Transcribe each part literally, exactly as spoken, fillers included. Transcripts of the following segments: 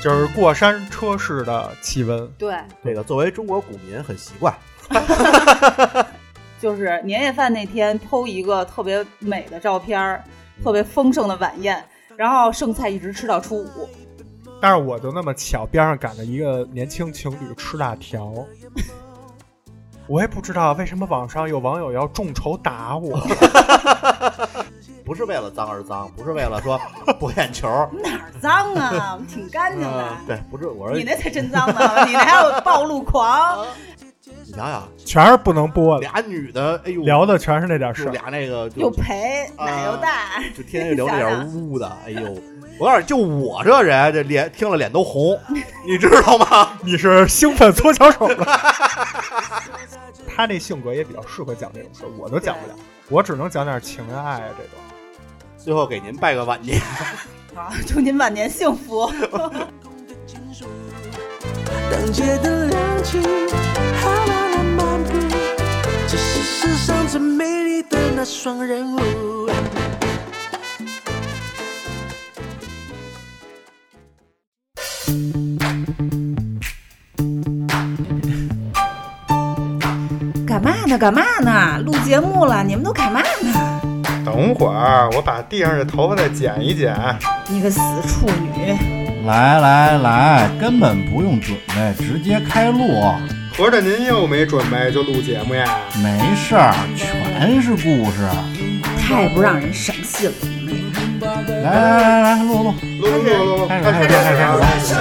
就是过山车式的气温。 对， 这个作为中国股民很习惯。 就是年夜饭那天 po 一个特别美的照片，特别丰盛的晚宴，然后剩菜一直吃到初五。 但是我就那么巧，边上赶着一个年轻情侣吃辣条。我也不知道为什么网上有网友要众筹打我。 不是为了脏而脏，不是为了说博眼球。 哪儿脏啊？挺干净的、 嗯。对，不是我说你那才真脏呢，你那还有暴露狂。 你想想， 全是不能播的。 俩女的，哎呦， 聊的全是那点事儿。 俩那个又陪，奶又大， 呃、就天天聊那点污的。哎呦，我告诉你，就我这人，这脸听了脸都红，你知道吗？ 你是兴奋搓小手了。他那性格也比较适合讲这种事，我都讲不了，我只能讲点情啊爱啊这种。 最后给您拜个晚年， 好，祝您晚年幸福。 当街的亮起，好浪漫漫步，这是世上最美丽的那双人舞。 干嘛呢？干嘛呢？录节目了，你们都干嘛呢？ 等会儿，我把地上的头发再剪一剪。 你个死处女！ 来来来，根本不用准备，直接开录。 合着您又没准备就录节目呀？ 没事儿，全是故事。 太不让人省心了，你们。 来来来来，录录录录录录， 开始开始开始开始。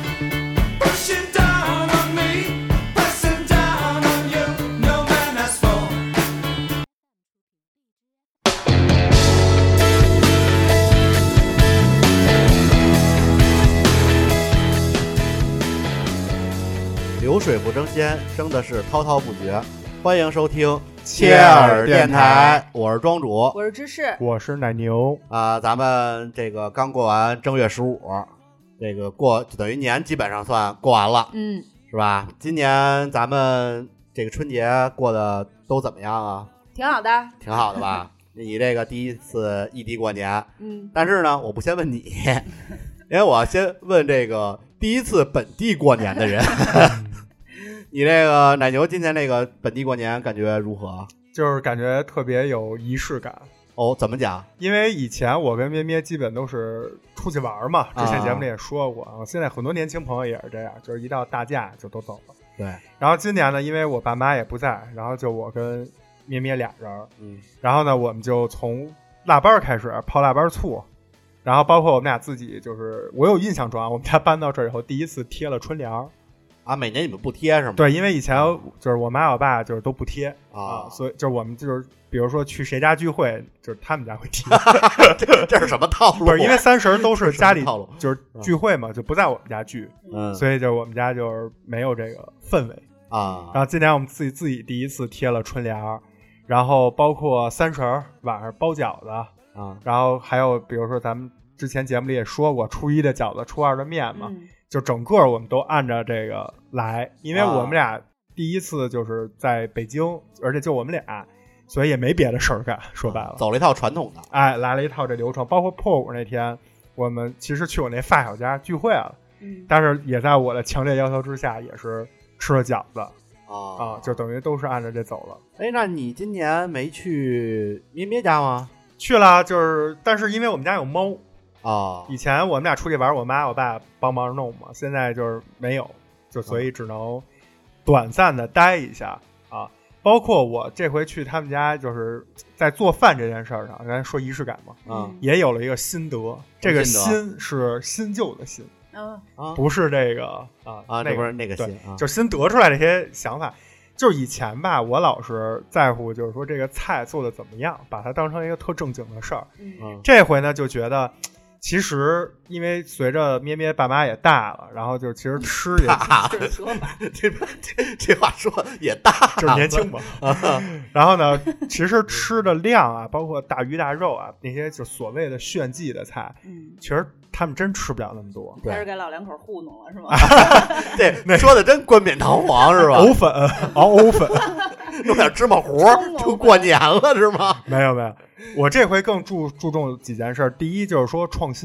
流水不争先，争的是滔滔不绝。欢迎收听切耳电台，我是庄主， 我是芝士， 我是奶牛啊、呃。咱们这个刚过完正月十五，这个过就等于年基本上算过完了， 嗯， 是吧？今年咱们这个春节过得都怎么样啊？ 挺好的， 挺好的吧？你这个第一次异地过年， 嗯， 但是呢，我不先问你，因为我要先问这个第一次本地过年的人。你这个奶牛今年那个本地过年感觉如何？ 就是感觉特别有仪式感哦。怎么讲？ 因为以前我跟咩咩基本都是出去玩嘛，之前节目里也说过啊。现在很多年轻朋友也是这样，就是一到大假就都走了。 对。 然后今年呢，因为我爸妈也不在，然后就我跟咩咩俩人， 嗯， 然后呢，我们就从腊八开始泡腊八醋，然后包括我们俩自己，就是我有印象中啊，我们家搬到这儿以后第一次贴了春联啊。每年你们不贴是吗？ 对，因为以前就是我妈我爸就是都不贴啊， 所以就是我们就是比如说去谁家聚会，就是他们家会贴。 这, 这是什么套路？ 不是因为三十都是家里套路， 就是聚会嘛，就不在我们家聚， 嗯， 所以就我们家就是没有这个氛围啊。 然后今年我们自己自己第一次贴了春联，然后包括三十晚上包饺子啊， 然后还有比如说咱们之前节目里也说过，初一的饺子，初二的面嘛。 嗯， 就整个我们都按照这个来，因为我们俩第一次就是在北京，啊、而且就我们俩，所以也没别的事儿干。说白了、啊， 走了一套传统的， 哎，来了一套这流程。包括破五那天，我们其实去我那发小家聚会了， 嗯， 但是也在我的强烈要求之下，也是吃了饺子啊啊，就等于都是按照这走了。 哎，那你今年没去咩咩家吗？ 去了，就是但是因为我们家有猫。 哦， 以前我们俩出去玩，我妈我爸帮忙弄嘛，现在就是没有，就所以只能短暂的待一下啊。包括我这回去他们家，就是在做饭这件事儿上，刚才说仪式感嘛， 嗯， 也有了一个心得。这个心是新旧的心， 嗯、 啊，不是这个啊啊， 那个不是那个心， 啊、就新得出来这些想法。就是以前吧，我老是在乎，就是说这个菜做的怎么样，把它当成一个特正经的事儿。 嗯， 这回呢，就觉得。其实，因为随着咩咩爸妈也大了，然后就其实吃也大了，这这这话说也大了， 就是年轻嘛。然后呢，其实吃的量啊，包括大鱼大肉啊，那些就所谓的炫技的菜， 嗯， 其实他们真吃不了那么多。 还是给老两口糊弄了是吗？ 对，说的真冠冕堂皇是吧？ 藕粉熬藕粉， 弄点芝麻糊就过年了是吗？ 没有没有。我这回更注注重几件事，第一就是说创新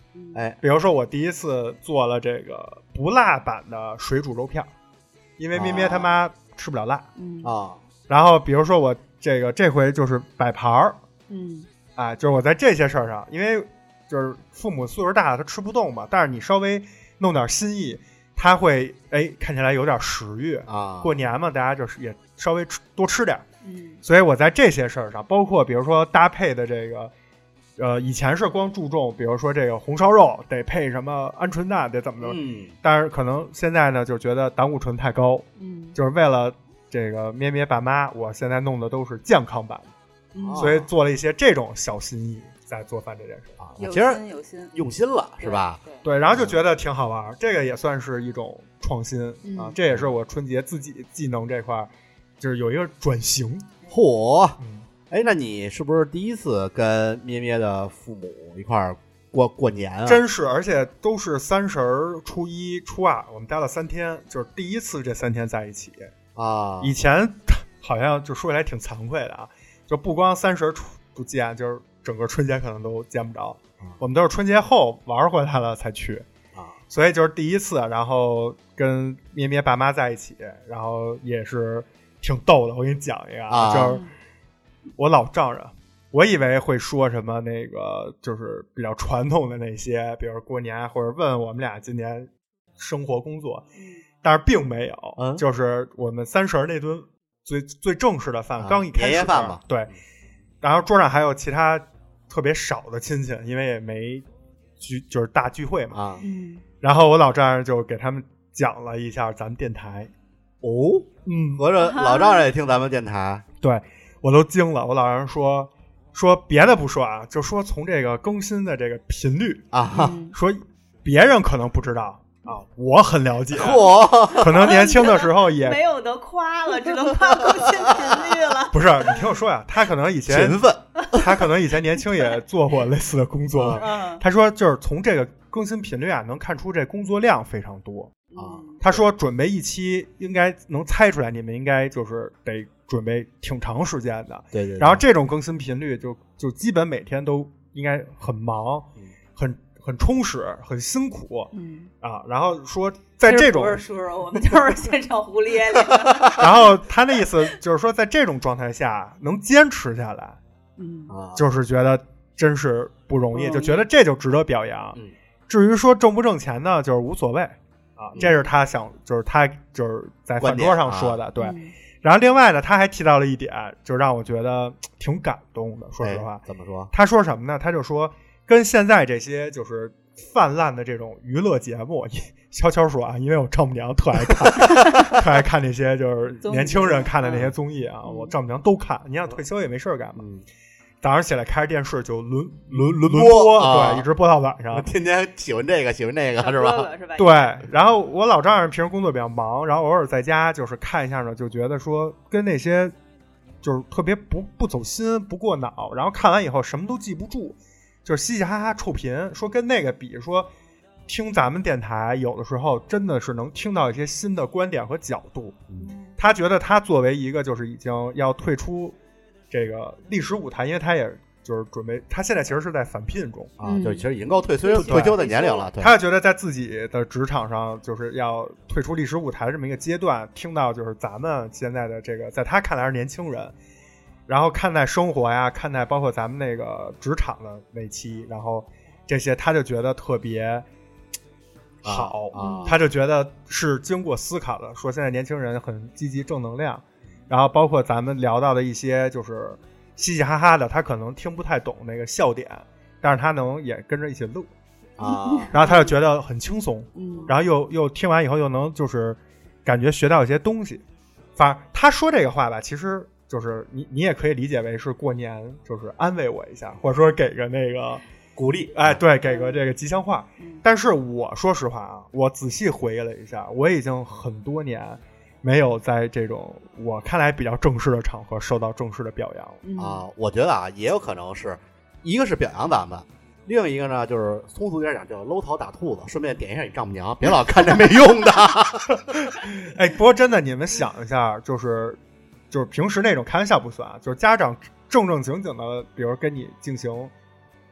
哎， 比如说我第一次做了这个不辣版的水煮肉片，因为咩咩他妈吃不了辣嗯啊。 然后比如说我这个这回就是摆盘儿， 嗯啊，就是我在这些事儿上，因为就是父母岁数大了，他吃不动嘛，但是你稍微弄点心意，他会哎看起来有点食欲啊。 过年嘛，大家就是也稍微吃多吃点。 嗯， 所以我在这些事儿上，包括比如说搭配的这个，呃，以前是光注重，比如说这个红烧肉得配什么鹌鹑蛋，得怎么着， 嗯， 但是可能现在呢，就觉得胆固醇太高， 嗯， 就是为了这个咩咩爸妈，我现在弄的都是健康版的， 嗯所以做了一些这种小心意在做饭这件事啊， 有其实心有心， 用心了是吧？ 对？ 对，然后就觉得挺好玩，这个也算是一种创新嗯啊，这也是我春节自己技能这块就是有一个转型。 嚯， 嗯， 哎，那你是不是第一次跟咩咩的父母一块儿过过年啊？ 真是，而且都是三十儿、初一、初二，我们待了三天，就是第一次这三天在一起。 啊， 以前好像就说起来挺惭愧的啊，就不光三十儿不见，就是整个春节可能都见不着。 嗯我们都是春节后玩回来了才去啊， 所以就是第一次，然后跟咩咩爸妈在一起，然后也是挺逗的。我给你讲一个啊就是我老丈人，我以为会说什么那个就是比较传统的那些，比如过年或者问我们俩今年生活工作，但是并没有， 嗯就是我们三十儿那顿最最正式的饭、 啊刚一开始年夜饭嘛， 对，然后桌上还有其他特别少的亲戚，因为也没聚就是大聚会嘛， 啊， 嗯然后我老丈人就给他们讲了一下咱们电台， 哦， 嗯， 合着老丈人也听咱们电台对我都惊了，我老丈人说说别的不说啊，就说从这个更新的这个频率啊， 嗯说别人可能不知道啊，我很了解， 嚯， 可能年轻的时候也没有得夸了，只能夸更新频率了。 不是，你勤我说呀，他可能以前勤奋他可能以前年轻也做过类似的工作。 嗯他说，就是从这个更新频率啊，能看出这工作量非常多。 嗯他说，准备一期应该能猜出来，你们应该就是得准备挺长时间的。 对对， 然后这种更新频率就就基本每天都应该很忙， 嗯很很充实，很辛苦嗯， 啊。然后说，在这种其实不是叔叔，我们就是现场胡咧咧。 然后他那意思就是说，在这种状态下能坚持下来， 嗯啊， 就是觉得真是不容易， 不容易就觉得这就值得表扬。 嗯至于说挣不挣钱呢，就是无所谓啊， 嗯这是他想，就是他就是在饭桌上说的，对。 嗯然后另外呢，他还提到了一点，就让我觉得挺感动的。说实话， 哎怎么说？ 他说什么呢？他就说，跟现在这些就是泛滥的这种娱乐节目，悄悄说啊，因为我丈母娘特爱看，特爱看那些就是年轻人看的那些综艺啊， 嗯我丈母娘都看。你想退休也没事儿干嘛， 嗯， 早上起来开着电视就轮轮轮播播， 啊对，一直播到晚上。 天天喜欢这个喜欢那个是吧？ 哥哥是吧？ 对，然后我老丈人平时工作比较忙，然后偶尔在家就是看一下呢，就觉得说跟那些就是特别不不走心、不过脑，然后看完以后什么都记不住，就是嘻嘻哈哈臭贫。说跟那个比，说听咱们电台有的时候真的是能听到一些新的观点和角度。他觉得他作为一个就是已经要退出这个历史舞台，因为他也就是准备，他现在其实是在返聘中。 啊， 嗯就其实已经够退休对退休的年龄了，对， 他觉得在自己的职场上就是要退出历史舞台的这么一个阶段，听到就是咱们现在的这个，在他看来是年轻人，然后看待生活呀，看待包括咱们那个职场的那期，然后这些他就觉得特别好， 啊他就觉得是经过思考的，说现在年轻人很积极正能量，然后包括咱们聊到的一些就是嘻嘻哈哈的，他可能听不太懂那个笑点，但是他能也跟着一起乐。 啊， 然后他就觉得很轻松， 嗯， 然后又又听完以后又能就是感觉学到一些东西。反正他说这个话吧，其实就是你你也可以理解为是过年就是安慰我一下，或者说给个那个鼓励， 哎，对，给个这个吉祥话。 嗯但是我说实话啊，我仔细回忆了一下，我已经很多年没有在这种我看来比较正式的场合受到正式的表扬了。 嗯啊，我觉得啊，也有可能是一个是表扬咱们，另一个呢就是通俗点讲叫搂草打兔子，顺便点一下你丈母娘，别老看这没用的。 哎，不过真的，你们想一下，就是就是平时那种开玩笑不算啊，就是家长正正经经的，比如跟你进行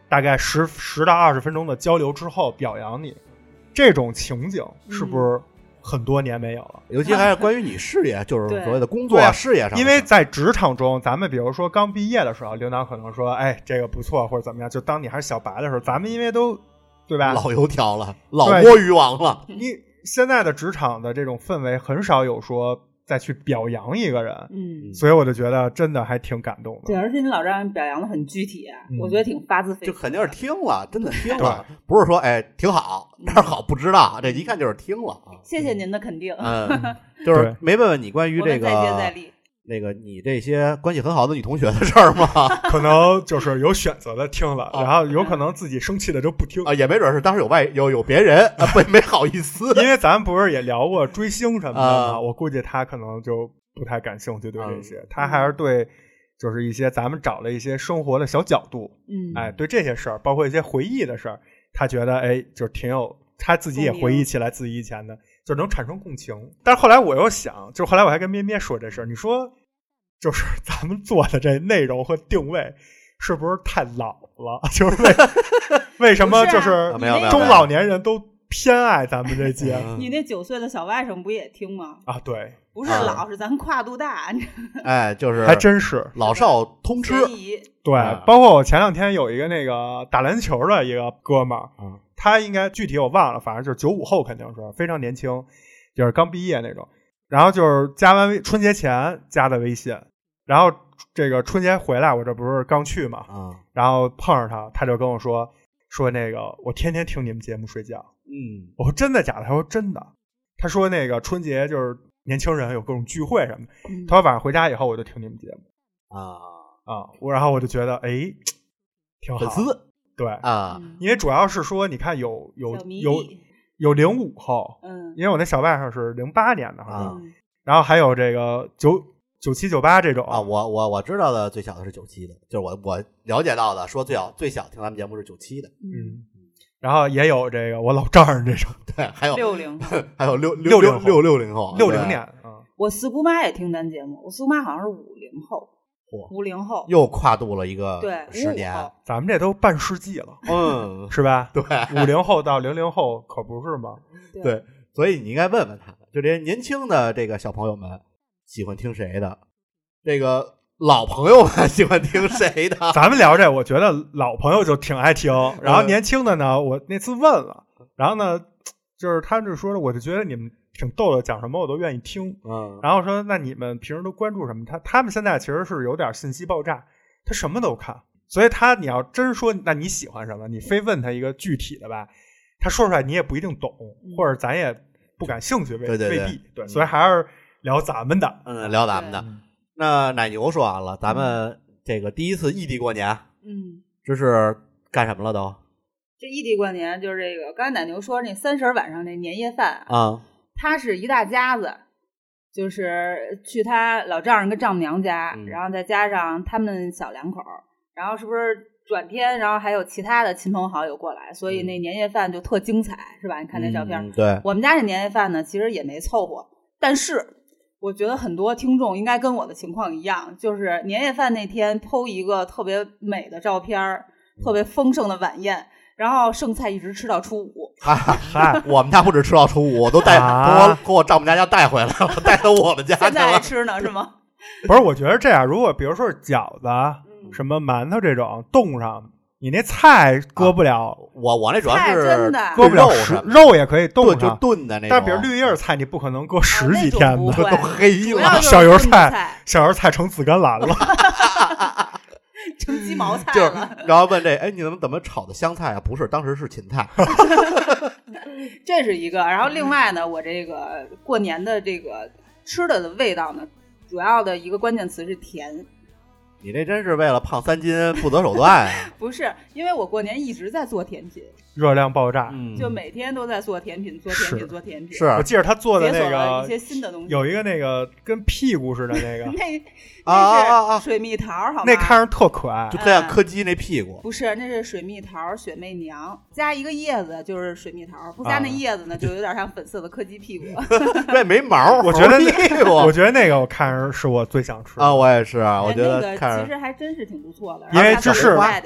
大概十十到二十分钟的交流之后表扬你，这种情景是不是很多年没有了？ 尤其还是关于你事业，就是所谓的工作、 啊、 事业上。 因为在职场中，咱们比如说刚毕业的时候，领导可能说：“哎，这个不错，或者怎么样。”就当你还是小白的时候，咱们因为都对吧， 老油条了，老摸鱼王了。 你现在的职场的这种氛围，很少有说再去表扬一个人， 嗯， 所以我就觉得真的还挺感动的。 对，而且你老让人表扬的很具体、啊嗯，我觉得挺发自肺腑。 就肯定是听了，真的听了，不是说哎挺好，哪儿好不知道，这一看就是听了。 谢谢您的肯定。 嗯，就是没问问你关于这个再接再厉那个你这些关系很好的女同学的事儿吗？ 可能就是有选择的听了，然后有可能自己生气的就不听啊，也没准是当时有外有有别人啊，不没好意思。 因为咱们不是也聊过追星什么的吗？ 啊、 我估计他可能就不太感兴趣对这些，嗯、他还是对就是一些咱们找了一些生活的小角度， 嗯， 哎，对这些事儿，包括一些回忆的事儿，他觉得哎，就是挺有他自己也回忆起来自己以前的，就能产生共情。但是后来我又想，就是后来我还跟咩咩说这事儿，你说。就是咱们做的这内容和定位是不是太老了？就是为为什么就是中老年人都偏爱咱们这节目？ 你那九岁的小外甥不也听吗？ 啊，对， 不是老，啊、是咱跨度大。 哎，就是还真是老少通吃。 对、啊，包括我前两天有一个那个打篮球的一个哥们儿， 嗯， 他应该具体我忘了，反正就是九五后，肯定是非常年轻，就是刚毕业那种。然后就是加完微春节前加的微信，然后这个春节回来，我这不是刚去嘛， 嗯， 然后碰上他，他就跟我说说那个我天天听你们节目睡觉， 嗯， 我说真的假的？他说真的，他说那个春节就是年轻人有各种聚会什么的， 嗯、 他说晚上回家以后我就听你们节目啊啊，我然后我就觉得哎，挺好， 粉丝对啊， 因为主要是说你看有有有。有零五后， 嗯， 因为我那小外甥是零八年的，好像、 嗯， 然后还有这个九九七九八这种啊，我我我知道的最小的是九七的，就是我我了解到的说最小最小听咱们节目是九七的， 嗯，然后也有这个我老丈人这种， 对，还有六零， 还有六六六六六零后， 六零年啊、 嗯，我四姑妈也听咱节目，我四姑妈好像是五零后。五零后又跨度了一个对十年， 咱们这都半世纪了， 嗯， 是吧？ 对， 五零后到零零后可不是吗？ 对， 对，所以你应该问问他，就这些年轻的这个小朋友们喜欢听谁的，这个老朋友们喜欢听谁的。 咱们聊这，我觉得老朋友就挺爱听，然后年轻的呢，我那次问了，然后呢，就是他就说，我就觉得你们挺逗的，讲什么我都愿意听。 嗯， 然后说那你们平时都关注什么？他他们现在其实是有点信息爆炸，他什么都看。所以他你要真说那你喜欢什么，你非问他一个具体的吧，他说出来你也不一定懂， 嗯、 或者咱也不感兴趣，未对对对未必对、嗯。所以还是聊咱们的， 嗯，聊咱们的。那奶牛说完了，咱们这个第一次异地过年， 嗯， 这是干什么了都？ 这异地过年就是这个，刚才奶牛说那三十晚上那年夜饭啊。 他是一大家子，就是去他老丈人跟丈母娘家、嗯，然后再加上他们小两口，然后是不是转天，然后还有其他的亲朋好友过来，所以那年夜饭就特精彩，是吧？你看那照片、 嗯。对， 我们家这年夜饭呢，其实也没凑合，但是我觉得很多听众应该跟我的情况一样，就是年夜饭那天 po 一个特别美的照片，特别丰盛的晚宴。然后剩菜一直吃到初五， 嗨，我们家不止吃到初五，我都带从我从我丈母娘家带回来了，带到我们家去了。 现在还吃呢是吗？ 不是，我觉得这样，如果比如说是饺子、嗯、什么馒头这种冻上，你那菜搁不了。啊、 我我那主要是搁不了十肉也可以冻上， 就炖的那种。 但比如绿叶菜，你不可能搁十几天的， 啊、 都黑了。 小油菜，小油菜成紫甘蓝了。 成鸡毛菜了， 就是然后问这，哎，你怎么怎么炒的香菜啊？不是，当时是芹菜。 这是一个，然后另外呢，我这个过年的这个吃的的味道呢，主要的一个关键词是甜。 你这真是为了胖三斤不择手段啊！ 不是，因为我过年一直在做甜品， 热量爆炸， 嗯、 就每天都在做甜品，做甜品，做甜品。 是， 我记得他做的那个一些新的东西， 有一个那个跟屁股似的那个， 那那是水蜜桃，好吗？ 那看着特可爱， 就特像柯基那屁股。 嗯、不是，那是水蜜桃雪媚娘，加一个叶子就是水蜜桃，不加那叶子呢， 啊、 就有点像粉色的柯基屁股。 对，没毛。 我觉得那个，我觉得那个我看着是我最想吃的啊，我也是，我觉得那个其实还真是挺不错的。 因为芝士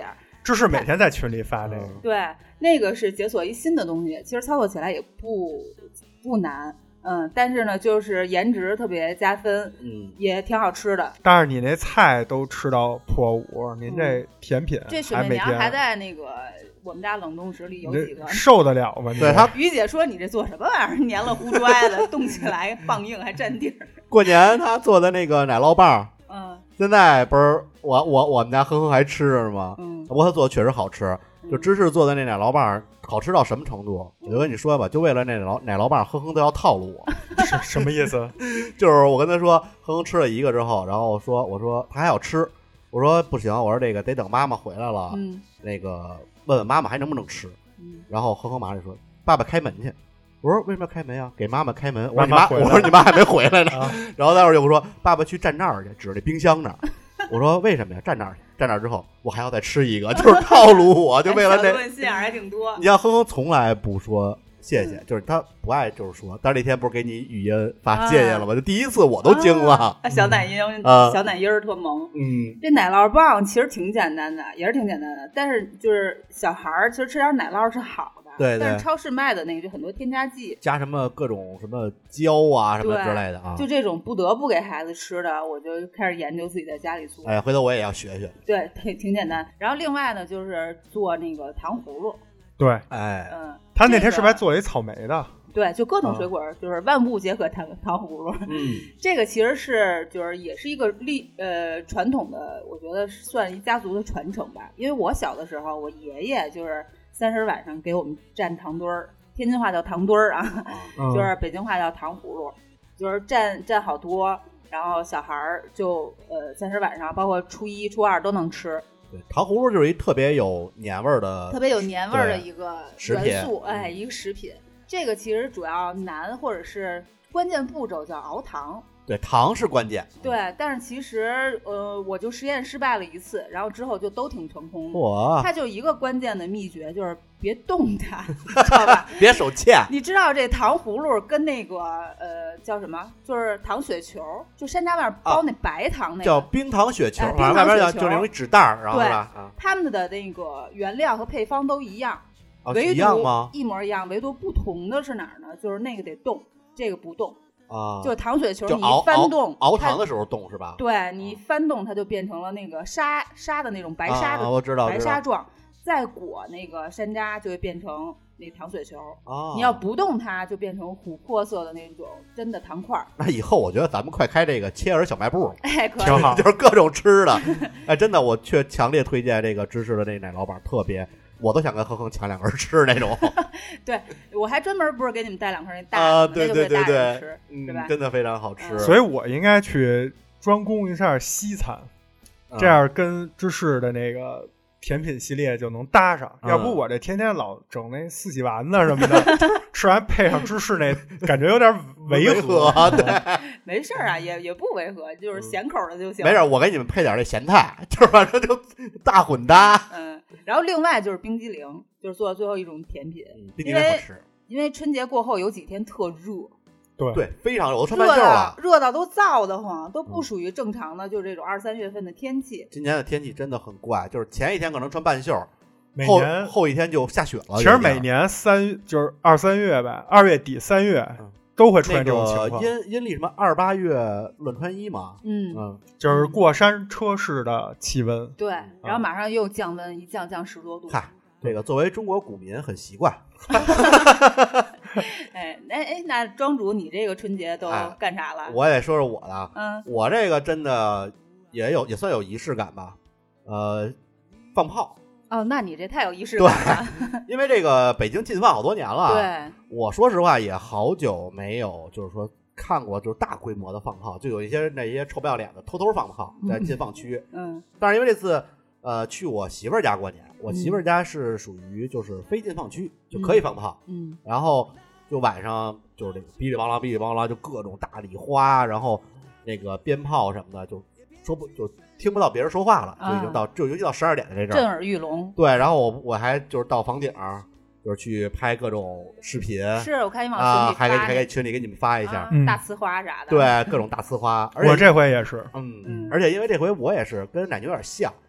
芝士每天在群里发那个， 对，那个是解锁一新的东西，其实操作起来也不不难，嗯，但是呢，就是颜值特别加分， 嗯， 也挺好吃的。 但是你那菜都吃到破五，您这甜品这水还每天美娘还在那个我们家冷冻室里有几个， 受得了吗？ 对他， 于姐说你这做什么玩意儿，黏了糊拽的，冻起来放硬还占地儿。 过年他做的那个奶酪棒， 嗯， 现在不是我我我们家呵呵还吃着吗？ 嗯， 不过他做的确实好吃，就芝士做的那奶酪棒好吃到什么程度？我就跟你说吧，就为了那奶酪奶酪棒，呵呵都要套路我。 什什么意思？ 就是我跟他说，呵呵吃了一个之后，然后我说我说他还要吃，我说不行，我说这个得等妈妈回来了， 嗯， 那个问问妈妈还能不能吃。 嗯， 然后呵呵马上就说爸爸开门去。我说为什么要开门呀？给妈妈开门。我说你妈， 妈妈回来我说你妈还没回来呢。 啊然后待会儿就说爸爸去站那儿去，指着冰箱那儿。我说为什么呀？站那儿去，站那儿之后我还要再吃一个，就是套路我，就为了小这。 问心眼还挺多。 你像呵呵从来不说谢谢， 嗯就是他不爱就是说，但是那天不是给你语音发谢谢了吗？就第一次我都惊了。 啊，小奶音， 啊小奶音儿特萌。 嗯， 这奶酪棒其实挺简单的，也是挺简单的，但是就是小孩儿其实吃点奶酪是好的， 对对但是超市卖的那个就很多添加剂， 加什么各种什么胶啊什么之类的啊。 就这种不得不给孩子吃的，我就开始研究自己在家里做。 哎，回头我也要学学。 对，挺挺简单。然后另外呢，就是做那个糖葫芦， 对， 哎， 嗯， 他那天是不是还这个做了一草莓的？ 对，就各种水果，就是万物皆可糖糖葫芦。 嗯， 这个其实是就是也是一个历呃传统的，我觉得算一家族的传承吧。因为我小的时候，我爷爷就是三十晚上给我们蘸糖墩儿，天津话叫糖墩儿啊， 嗯、 就是北京话叫糖葫芦，就是蘸蘸好多，然后小孩儿就呃三十晚上，包括初一、初二都能吃。 对，糖葫芦就是一特别有年味儿的， 特别有年味儿的一个食品元素，哎，一个食品。这个其实主要难或者是关键步骤叫熬糖， 对，糖是关键。 对，但是其实呃，我就实验失败了一次，然后之后就都挺成功的。 哇， 它就一个关键的秘诀就是别动它，知道吧？ 别手欠。 你知道这糖葫芦跟那个呃叫什么？就是糖雪球，就山楂外面包那白糖那个， 叫冰糖雪球， 哎反正外边叫冰糖雪球就那种纸袋儿，然后对是吧？啊， 他们的那个原料和配方都一样。 哦唯独一样吗？ 一模一样，唯独不同的是哪儿呢？就是那个得动，这个不动。 啊， 就糖雪球，你就熬一翻动， 熬熬它糖的时候动是吧？ 对你一翻动，它就变成了那个沙沙的那种白沙的、 啊，我知道， 白知道沙状。再裹那个山楂，就会变成那糖雪球。 啊， 你要不动它，就变成琥珀色的那种真的糖块儿。 那以后我觉得咱们快开这个切尔小卖部， 哎，可以挺好就是各种吃的。哎，真的，我却强烈推荐这个芝士的那奶酪棒，特别。我都想跟哼哼抢两根吃那种。 对，我还专门不是给你们带两根那大的啊， 吗， 对那就给大对对对人吃， 嗯对吧？ 真的非常好吃。 嗯所以我应该去专攻一下西餐， 嗯这样跟芝士的那个甜品系列就能搭上。 嗯要不我这天天老整那四喜丸子什么的，吃完配上芝士那，感觉有点违和。 和，对， 没事儿啊，也也不违和，就是咸口的就行。 没事，我给你们配点这咸菜，就是反正就大混搭。 嗯，然后另外就是冰激凌，就是做的最后一种甜品， 嗯冰激凌好吃， 因为春节过后有几天特热， 对对，非常热，我都穿半热到袖了。 热到都燥得慌，都不属于正常的，就是这种二三月份的天气。 今年的天气真的很怪，就是前一天可能穿半袖，后每年后一天就下雪了。 其实每年三就是二三月吧，二月底三月嗯都会出那现这种情个况， 阴阴历什么二八月乱穿衣嘛， 嗯， 嗯， 就是过山车式的气温。 对，然后马上又降温，一降降十多度。 嗨，这个作为中国股民很习惯。 哎，哎哎，那庄主，你这个春节都哎干啥了？ 我也说说我的， 嗯， 我这个真的也有也算有仪式感吧，呃，放炮。 哦，那你这太有仪式感了。 因为这个北京禁放好多年了， 对， 我说实话也好久没有就是说看过就是大规模的放炮，就有一些那些臭不要脸的偷偷放炮在禁放区。 嗯但是因为这次呃去我媳妇儿家过年，我媳妇儿家是属于就是非禁放区，就可以放炮， 嗯然后就晚上就是这个哔哩吧啦哔哩吧啦就各种大礼花，然后那个鞭炮什么的，就说不就听不到别人说话了，就已经到、啊、就尤其到十二点的这阵震耳欲聋。 对，然后我我还就是到房顶就是去拍各种视频， 是我看你往群啊， 里还给发还给群里给你们发一下， 啊嗯大呲花啥的。 对，各种大呲花。而且我这回也是， 嗯， 嗯而且因为这回我也是跟奶牛有点像，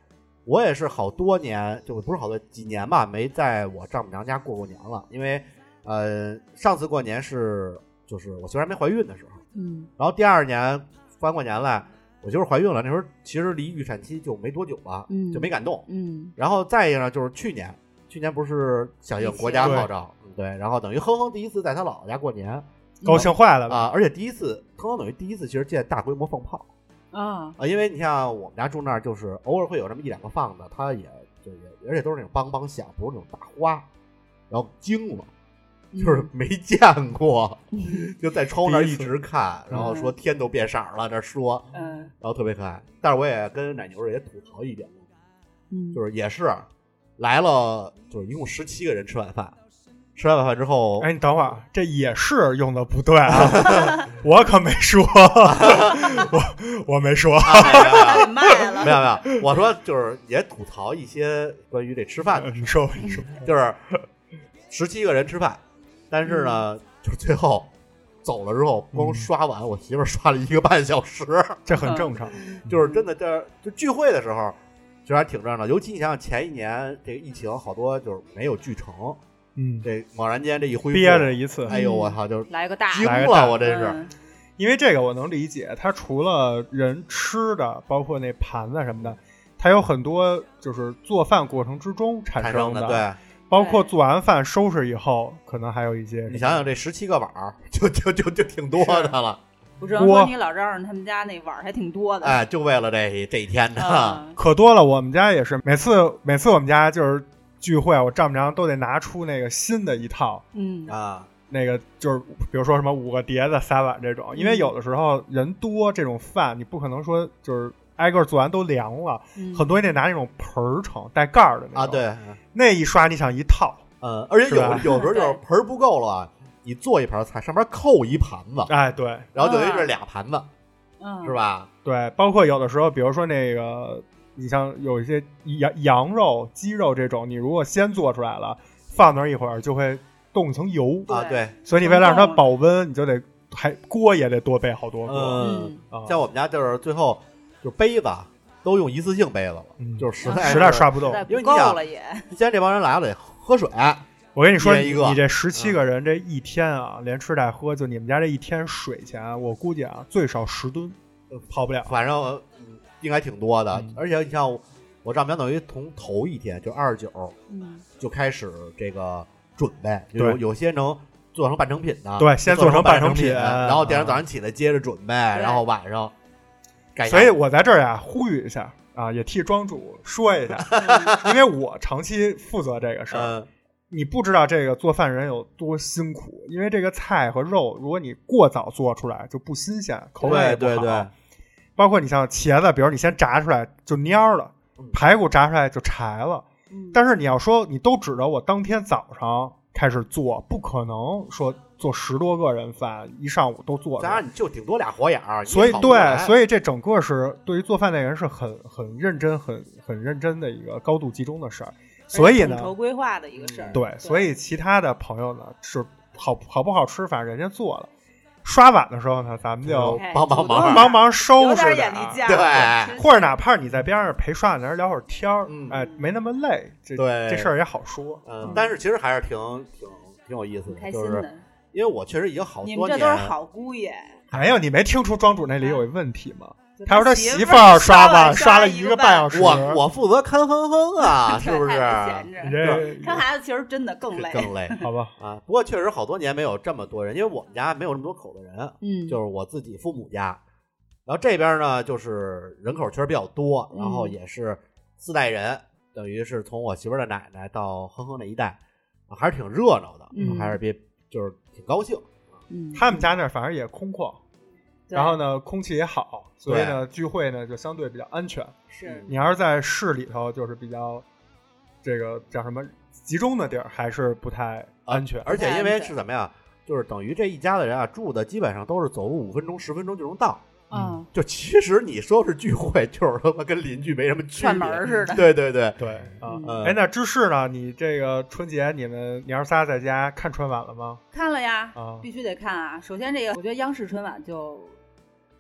我也是好多年，就不是好多几年吧，没在我丈母娘家过过年了，因为呃上次过年是就是我媳妇还没怀孕的时候， 嗯， 然后第二年翻过年来，我媳妇怀孕了，那时候其实离预产期就没多久了， 嗯， 就没敢动， 嗯， 然后再一个呢，就是去年，去年不是响应国家号召，对，然后等于哼哼第一次在他姥姥家过年， 高兴坏了吧？ 啊！而且第一次，哼哼等于第一次其实见大规模放炮啊啊，因为你像我们家住那儿，就是偶尔会有这么一两个放的，它也就也而且都是那种梆梆响，不是那种大花，然后惊了。就是没见过，嗯、就在窗户那儿一直看，然后说天都变色了，这说， 嗯， 然后特别可爱。但是我也跟奶牛也吐槽一点， 嗯， 就是也是来了，就是一共十七个人吃晚饭，吃完晚饭之后， 哎，你等会儿，这也是用的不对啊，我可没说，我我没说， 啊、给卖了， 没有没有，我说就是也吐槽一些关于这吃饭的， 你说你说， 就是十七个人吃饭。但是呢，嗯、就是最后走了之后，光刷碗，嗯、我媳妇儿刷了一个半小时， 这很正常。 就是真的，这就聚会的时候，其实还挺热闹。尤其你想想前一年这个疫情，好多就是没有聚成， 嗯， 这猛然间这一恢复， 憋着一次， 哎呦我操，就是来个大惊了，我真是。 嗯、 因为这个我能理解，它除了人吃的，包括那盘子什么的，它有很多就是做饭过程之中产生的，对。 包括做完饭收拾以后，可能还有一些。 你想想，这十七个碗儿，就就就就挺多的了。 不是说你老丈人他们家那碗还挺多的， 哎，就为了这这一天的， 嗯、 可多了。我们家也是，每次每次我们家就是聚会，我丈母娘都得拿出那个新的一套， 嗯啊， 那个就是比如说什么五个碟子仨碗这种，因为有的时候人多，这种饭你不可能说就是挨个做完都凉了， 嗯、 很多人得拿那种盆儿盛带盖儿的那种啊，对。 那一刷你想一套， 嗯，而且有有时候就是盆儿不够了，你做一盘菜上面扣一盘子， 哎，对， 然后等于是俩盘子， 嗯， 是吧？ 对，包括有的时候，比如说那个，你像有一些羊羊肉、鸡肉这种，你如果先做出来了，放那儿一会儿就会冻一层油啊，对， 所以你为了让它保温，你就得还锅也得多备好多锅。 嗯， 啊、 像我们家就是最后就杯子。都用一次性杯子了， 嗯、 就是实在实在刷不动， 因为你想，既然这帮人来了得喝水， 我跟你说， 一个你这十七个人这一天啊，嗯、连吃带喝，就你们家这一天水钱，我估计啊最少十吨，跑不了。 反正、嗯、应该挺多的， 嗯、 而且你像我，我丈母娘等于从头一天就二十九， 嗯， 就开始这个准备，有有些能做成半成品的， 对，先做成半成品， 然后第二天早上起来接着准备， 嗯、 然后晚上。 所以我在这儿呀呼吁一下啊，也替庄主说一下，因为我长期负责这个事儿、 嗯， 你不知道这个做饭人有多辛苦，因为这个菜和肉，如果你过早做出来就不新鲜，口味也不好。 对对对， 包括你像茄子，比如你先炸出来就蔫了，排骨炸出来就柴了。 嗯、 但是你要说你都指着我当天早上开始做，不可能说。做十多个人饭，一上午都做， 当然你就顶多俩火眼儿， 所以对，所以这整个是对于做饭那个人是很很认真、很很认真的一个高度集中的事儿。所以呢， 统筹规划的一个事儿。 对，对，所以其他的朋友呢是好好不好吃，反正人家做了。刷碗的时候呢，咱们就帮帮忙， 帮忙收拾点， 对， 或者哪怕你在边上陪刷碗的人聊会儿天儿， 嗯、 哎，没那么累，这对这事儿也好说。 嗯，但是其实还是挺挺挺有意思的， 开心的。 就是因为我确实已经好多年， 你们这都是好姑爷。 没有，你没听出庄主那里有问题吗？ 嗯、 他说他媳妇儿刷碗刷了一个半小时。 我我负责看哼哼啊，是不是？ 看孩子其实真的更累， 更累， 好吧？ 啊，不过确实好多年没有这么多人，因为我们家没有那么多口的人， 嗯， 就是我自己父母家，然后这边呢就是人口确实比较多，然后也是四代人，嗯、等于是从我媳妇的奶奶到哼哼那一代，还是挺热闹的， 嗯、 还是别就是挺高兴。 嗯， 他们家那反正也空旷，然后呢空气也好，所以呢聚会呢就相对比较安全。 是你要是在市里头，就是比较这个叫什么集中的地儿，还是不太安全。 啊、而且因为是怎么样，就是等于这一家的人啊住的基本上都是走路五分钟十分钟就能到。 嗯， 就其实你说是聚会，就是他妈跟邻居没什么区别， 串门似的。 对对对对啊！ 嗯、 哎，那芝士呢？你这个春节你们娘仨在家看春晚了吗？ 看了呀， 啊， 必须得看啊！首先这个，我觉得央视春晚就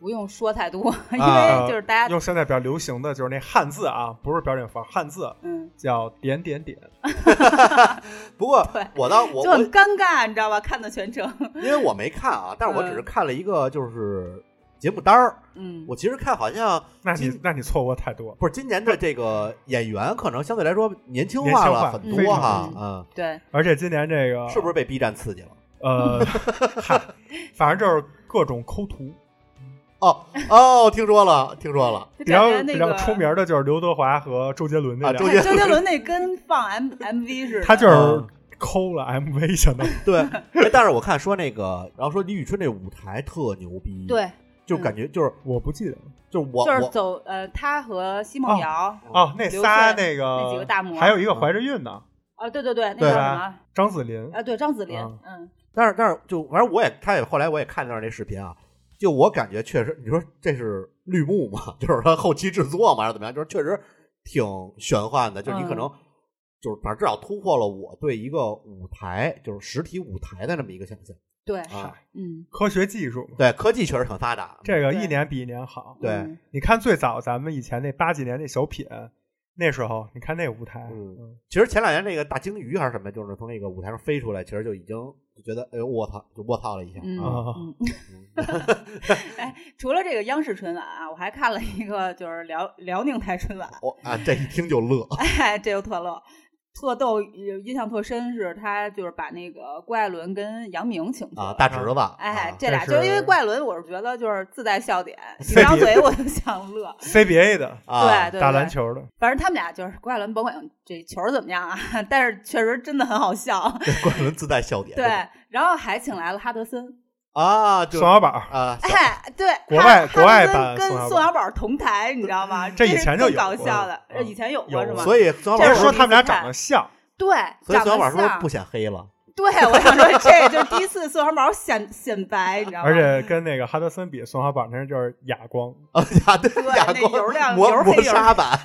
不用说太多，因啊为就是大家用现在比较流行的就是那汉字啊，不是标点符号，汉字， 嗯， 叫点点点。 不过对我倒我就很尴尬，你知道吧？看的全程， 因为我没看啊，但是我只是看了一个就是节目单儿。 嗯， 我其实看好像那你那你错过太多， 不是今年的这个演员可能相对来说年轻年轻化化了很非常多哈， 嗯嗯， 对， 而且今年这个是不是被 B 站刺激了？ 呃，嗨，反正就是各种抠图。 哦哦，听说了，听说了， 就比较感觉那个比较出名的就是刘德华和周杰伦那俩， 啊周杰周杰伦那跟放 M MV 似的， 他就是抠了 M V 相当于。 对。哎但是我看说那个，然后说李宇春那舞台特牛逼，， 对， 就感觉就是我不记得就是我就是我走呃，他和奚梦瑶哦，那刘仨燮那个那几个大模还有一个怀着孕呢， 啊，对对对，那对叫什么？ 张子琳。 啊，对，张子琳， 嗯嗯， 但是但是就反正我也他也后来我也看到那视频啊，就我感觉确实，你说这是绿幕嘛，就是他后期制作嘛，还是怎么样，就是确实挺玄幻的，就是你可能、 嗯、 就是反正至少突破了我对一个舞台就是实体舞台的那么一个想象。 对， 啊， 嗯， 科学技术， 对，科技确实很发达， 这个对一年比一年好。 对嗯你看最早咱们以前那八几年那小品，那时候你看那舞台， 嗯嗯其实前两年那个大鲸鱼还是什么，就是从那个舞台上飞出来，其实就已经就觉得哎呦我操，就卧槽了一下、 嗯啊。 嗯，哎，除了这个央视春晚啊，我还看了一个就是辽辽宁台春晚， 我、啊，这一听就乐， 哎，这就特乐。特逗，印象特深是他就是把那个郭艾伦跟杨明请出来啊，大侄子， 哎， 啊、 这俩这就是因为郭艾伦，我是觉得就是自带笑点，一张嘴我就想乐。 C B A 的啊， 对对， 打篮球的， 反正他们俩就是郭艾伦，甭管这球怎么样啊，但是确实真的很好笑。 对，郭艾伦自带笑点， 对，然后还请来了哈德森。 啊，就宋小宝啊， 哎，对， 国外哈国外哈版宋小宝德森跟宋小宝同台，你知道吗？ 这以前就有是更搞笑的， 嗯以前有过有是吗？ 所以宋小宝别说这是我他们俩长得像， 对， 所以宋小宝长得像是不是不显黑了？ 对，我想说这就是第一次宋小宝显显白，你知道吗？ 而且跟那个哈德森比，宋小宝那就是哑光， 啊，哑对对哑那油光亮磨磨油黑油砂版，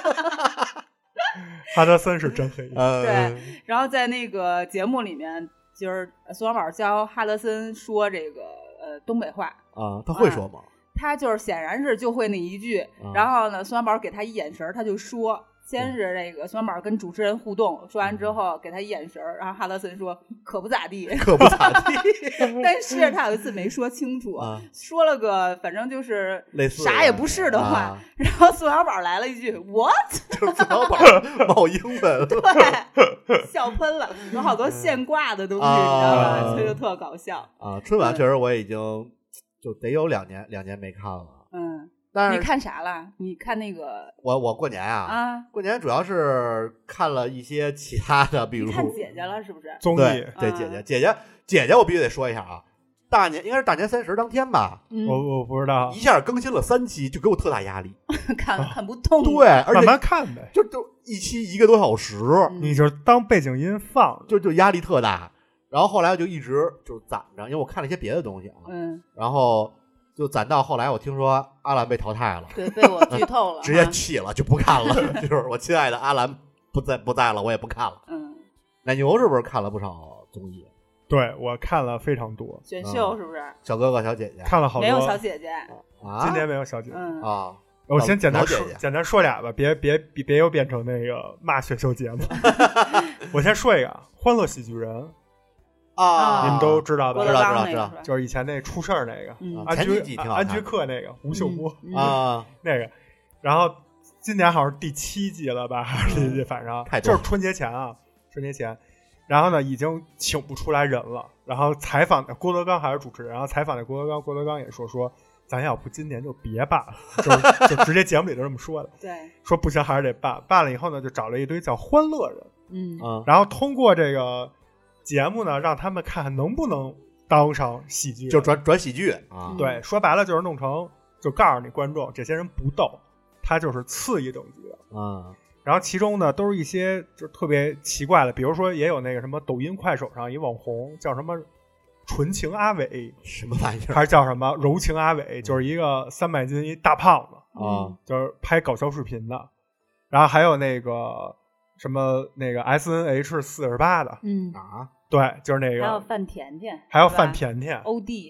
哈德森是真黑。 呃， 对，然后在那个节目里面，就是宋小宝教哈德森说这个呃东北话， 啊，他会说吗？ 他就是显然是就会那一句， 啊然后呢，宋小宝给他一眼神，他就说。先是这个宋小宝跟主持人互动，说完之后给他一眼神，然后哈德森说可不咋地， 可不咋地， 但是他有一次没说清楚， 啊说了个反正就是类似啥也不是的话， 啊然后宋小宝来了一句 what， 就是宋小宝冒英文， 对，笑喷了，有好多现挂的东西， 啊你知道吗？所以就特搞笑。 啊，春晚确实我已经就得有两年两年没看了， 嗯， 但是你看啥了？你看那个我我过年啊， 啊？ 过年主要是看了一些其他的，比如你看姐姐了是不是？ 综艺对对啊姐姐姐姐姐姐，我必须得说一下啊，大年应该是大年三十当天吧， 嗯， 我我不知道一，下更新了三期，就给我特大压力。 看看不动。 对，而慢且慢看呗， 就就一期一个多小时， 嗯你就当背景音放， 就就压力特大。然后后来我就一直就攒着，因为我看了一些别的东西啊， 嗯， 然后就攒到后来，我听说阿兰被淘汰了， 对，被我剧透了， 直接啊弃了，就不看了。就是我亲爱的阿兰不在不在了，我也不看了。 嗯， 奶牛是不是看了不少综艺？ 对我看了非常多， 选秀是不是？ 小哥哥小姐姐看了好多。 没有小姐姐。 啊， 今年没有小姐姐。 嗯， 啊， 我先简单老姐姐说简单说俩吧，别别别别又变成那个骂选秀节目。我先说一个《欢乐喜剧人》， 啊， 你们都知道吧郭？ 知德纲道知道知道那个是吧？ 就是以前那出事儿那个， 嗯安居前几集挺好安看居客那个吴秀波嗯啊， 那个，然后今年好像是第七季了吧，还是第几季？反正太多了就是春节前啊，春节前。然后呢，已经请不出来人了。然后采访的郭德纲还是主持人，然后采访的郭德纲，郭德纲也说说，咱要不今年就别办了，就就直接节目里就这么说的。 对， 说不行，还是得办。办了以后呢，就找了一堆叫欢乐人， 嗯嗯然后通过这个节目呢，让他们看看能不能当上喜剧人， 就转转喜剧啊， 对，说白了就是弄成，就告诉你观众，这些人不逗，他就是次一等级的。 啊然后其中呢，都是一些就特别奇怪的，比如说也有那个什么抖音、快手上一网红叫什么纯情阿伟， 什么玩意儿还是叫什么柔情阿伟，就是一个三百斤一大胖子， 啊就是拍搞笑视频的。然后还有那个什么那个 S N H 四十八的， 嗯， 啊对，就是那还有个， 范甜甜， 还有是吧范甜甜， 欧弟，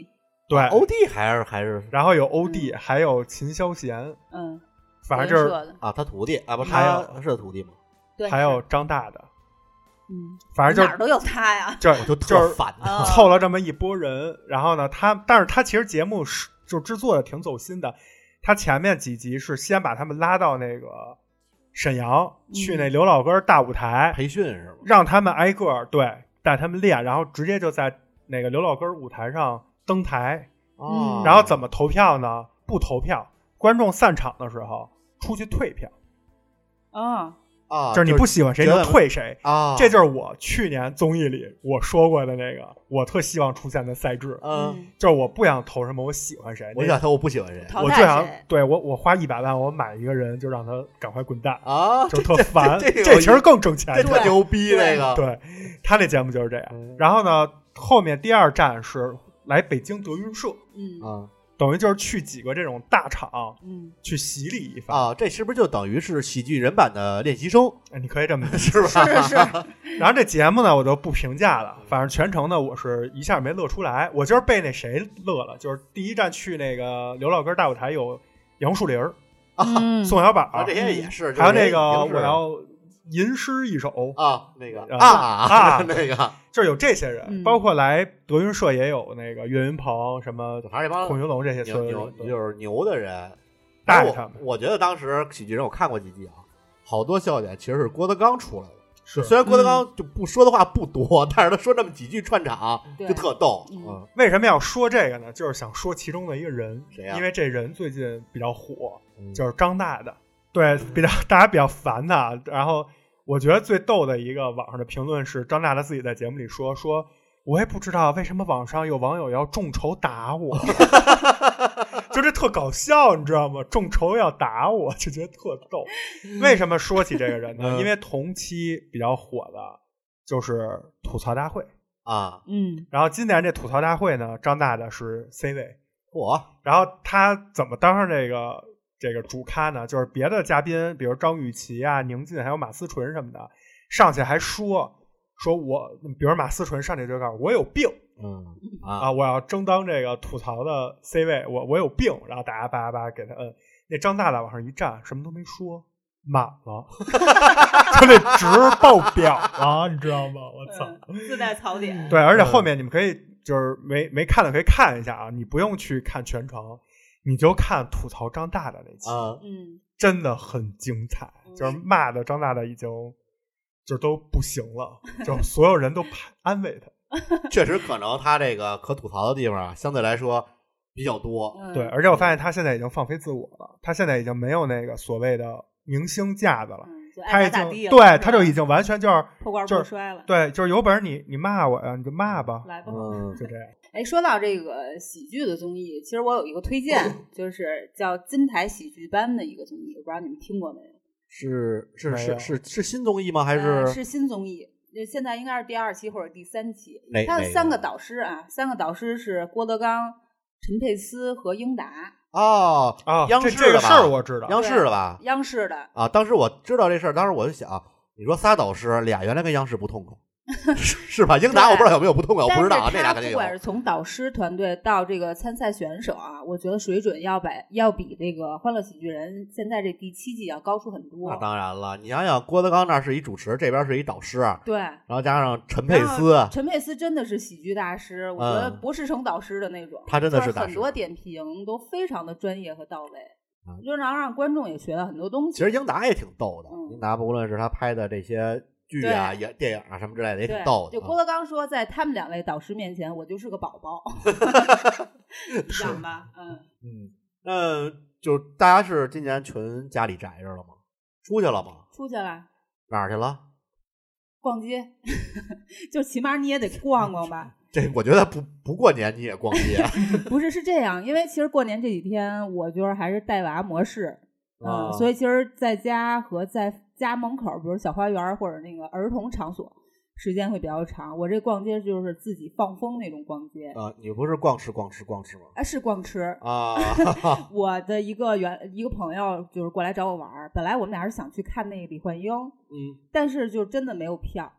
对， 欧弟还是还是， 然后有欧弟，还有秦霄贤， 嗯， 反正就是啊，他徒弟啊，不， 还有他是他徒弟吗？ 对， 还有张大的， 嗯， 反正就哪儿都有他呀， 就我就特烦他， 凑了这么一波人。然后呢，他但是他其实节目是就制作的挺走心的，他前面几集是先把他们拉到那个沈阳、嗯、去那刘老根大舞台培训是吗？ 让他们挨个对带他们练，然后直接就在那个刘老根舞台上登台。 哦， 然后怎么投票呢？不投票，观众散场的时候出去退票。 啊啊， 就是你不喜欢谁就退谁啊， 这就是我去年综艺里我说过的那个，我特希望出现的赛制。 嗯， 就是我不想投什么我喜欢谁， 我想投我不喜欢谁， 我就想对我我花一百万我买一个人，就让他赶快滚蛋啊， 就特烦。 这, 这, 这, 这其实更挣钱， 这特牛逼那个。 对，他那节目就是这样。嗯、然后呢，后面第二站是来北京德云社， 嗯啊。 等于就是去几个这种大厂， 嗯， 去洗礼一番啊，这是不是就等于是喜剧人版的练习生？ 哎，你可以这么是吧？ 是是。 然后这节目呢，我就不评价了，反正全程呢，我是一下没乐出来。我今儿被那谁乐了，就是第一站去那个刘老根大舞台有杨树林啊， 宋小宝、 啊，这些也是， 还有那个我要吟诗一首啊，那个啊啊那个。 就是有这些人， 嗯、 包括来德云社也有那个岳云鹏、什么还是这帮孔云龙这些牛牛就是牛的人带他们。 我觉得当时喜剧人我看过几集啊，好多笑点其实是郭德纲出来的。 是， 虽然郭德纲就不说的话不多，嗯、但是他说这么几句串场就特逗。 嗯嗯， 为什么要说这个呢？就是想说其中的一个人， 谁呀、啊？ 因为这人最近比较火， 嗯、 就是张大的，对，比较大家比较烦他，然后。我觉得最逗的一个网上的评论是张大大自己在节目里说说我也不知道为什么网上有网友要众筹打我就这特搞笑你知道吗？众筹要打我就觉得特逗。为什么说起这个人呢？因为同期比较火的就是吐槽大会啊， 嗯， 然后今年这吐槽大会呢，张大大是 C 位， 我， 然后他怎么当上这个这个主咖呢？就是别的嘉宾，比如张雨绮啊、宁静还有马思纯什么的，上去还说说我，比如马思纯上去就告诉我有病， 嗯啊, 啊，我要争当这个吐槽的 C 位，我我有病，然后大家叭叭给他摁。那张大大往上一站，什么都没说，满了，就那值爆表了，你知道吗？我操， 嗯、自带槽点。 对，而且后面你们可以就是没没看的可以看一下啊，你不用去看全程。你就看吐槽张大大那期， 嗯， 真的很精彩， 嗯、 就是骂的张大大已经就都不行了，就所有人都安慰他。 确实，可能他这个可吐槽的地方啊，相对来说比较多。 嗯、 对，而且我发现他现在已经放飞自我了，他现在已经没有那个所谓的明星架子了， 嗯、 他已经对，他就已经完全就是破罐破摔了。 对，就是有本事你你骂我呀，你就骂吧， 来吧， 嗯， 就这样。 哎，说到这个喜剧的综艺，其实我有一个推荐，就是叫金台喜剧班的一个综艺，我不知道你们听过没有？ 是是是是是新综艺吗？还是、 呃、是新综艺？现在应该是第二期或者第三期。 哪它的三个导师啊，三个导师是郭德纲、陈佩斯和英达。 哦啊， 央视这个事儿我知道， 央视的吧？ 央视的啊，当时我知道这事儿，当时我就想，你说仨导师，俩原来跟央视不痛快。是吧？英达我不知道有没有不痛快，我不知道啊。那俩肯定有。 不管是从导师团队到这个参赛选手啊，我觉得水准要比要比这个《欢乐喜剧人》现在这第七季要高出很多。 那当然了，你想想，郭德纲那是一主持，这边是一导师， 对， 然后加上陈佩斯， 陈佩斯真的是喜剧大师，我觉得博士成导师的那种， 嗯、他真的是大师， 很多点评都非常的专业和到位。嗯、就能让观众也学到很多东西。 其实英达也挺逗的， 嗯、 英达无论是他拍的这些剧啊、也电影啊什么之类的，也挺逗的。 就郭德纲说，在他们两位导师面前，我就是个宝宝，是吧？嗯嗯，那就大家是今年全家里宅着了吗？出去了吗？ 出去了。 哪儿去了？ 逛街，就起码你也得逛逛吧。 这我觉得不不过年你也逛街， 不是是这样，因为其实过年这几天，我觉得还是带娃模式，嗯， 啊、 所以其实在家和在家门口，比如小花园或者那个儿童场所，时间会比较长。我这逛街就是自己放风那种逛街啊，你不是逛吃逛吃逛吃吗？ 啊，是逛吃啊。 我的一个原一个朋友就是过来找我玩，本来我们俩是想去看那个李焕英， 嗯， 但是就真的没有票。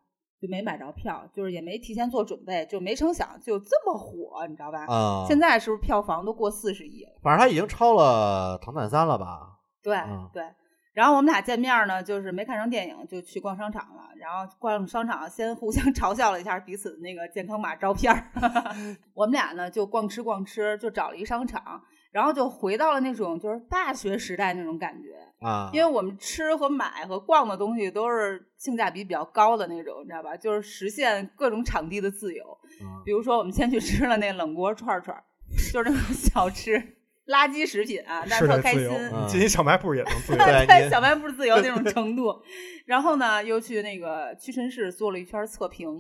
就没买着票，就是也没提前做准备，就没成想就这么火，你知道吧？ 啊、 现在是不是票房都过四十亿了？ 反正他已经超了《唐探三》了吧？ 对、 嗯、 对。然后我们俩见面呢，就是没看成电影，就去逛商场了。然后逛商场，先互相嘲笑了一下彼此的那个健康码照片我们俩呢就逛吃逛吃，就找了一商场，然后就回到了那种就是大学时代那种感觉啊。 因为我们吃和买和逛的东西都是性价比比较高的那种，你知道吧？就是实现各种场地的自由。 嗯、 比如说，我们先去吃了那冷锅串串，就是那种小吃。垃圾食品啊，但是特开心。 你进一小卖部也能自由， 对，小卖部自由那种程度。然后呢，又去那个屈臣氏做了一圈测评，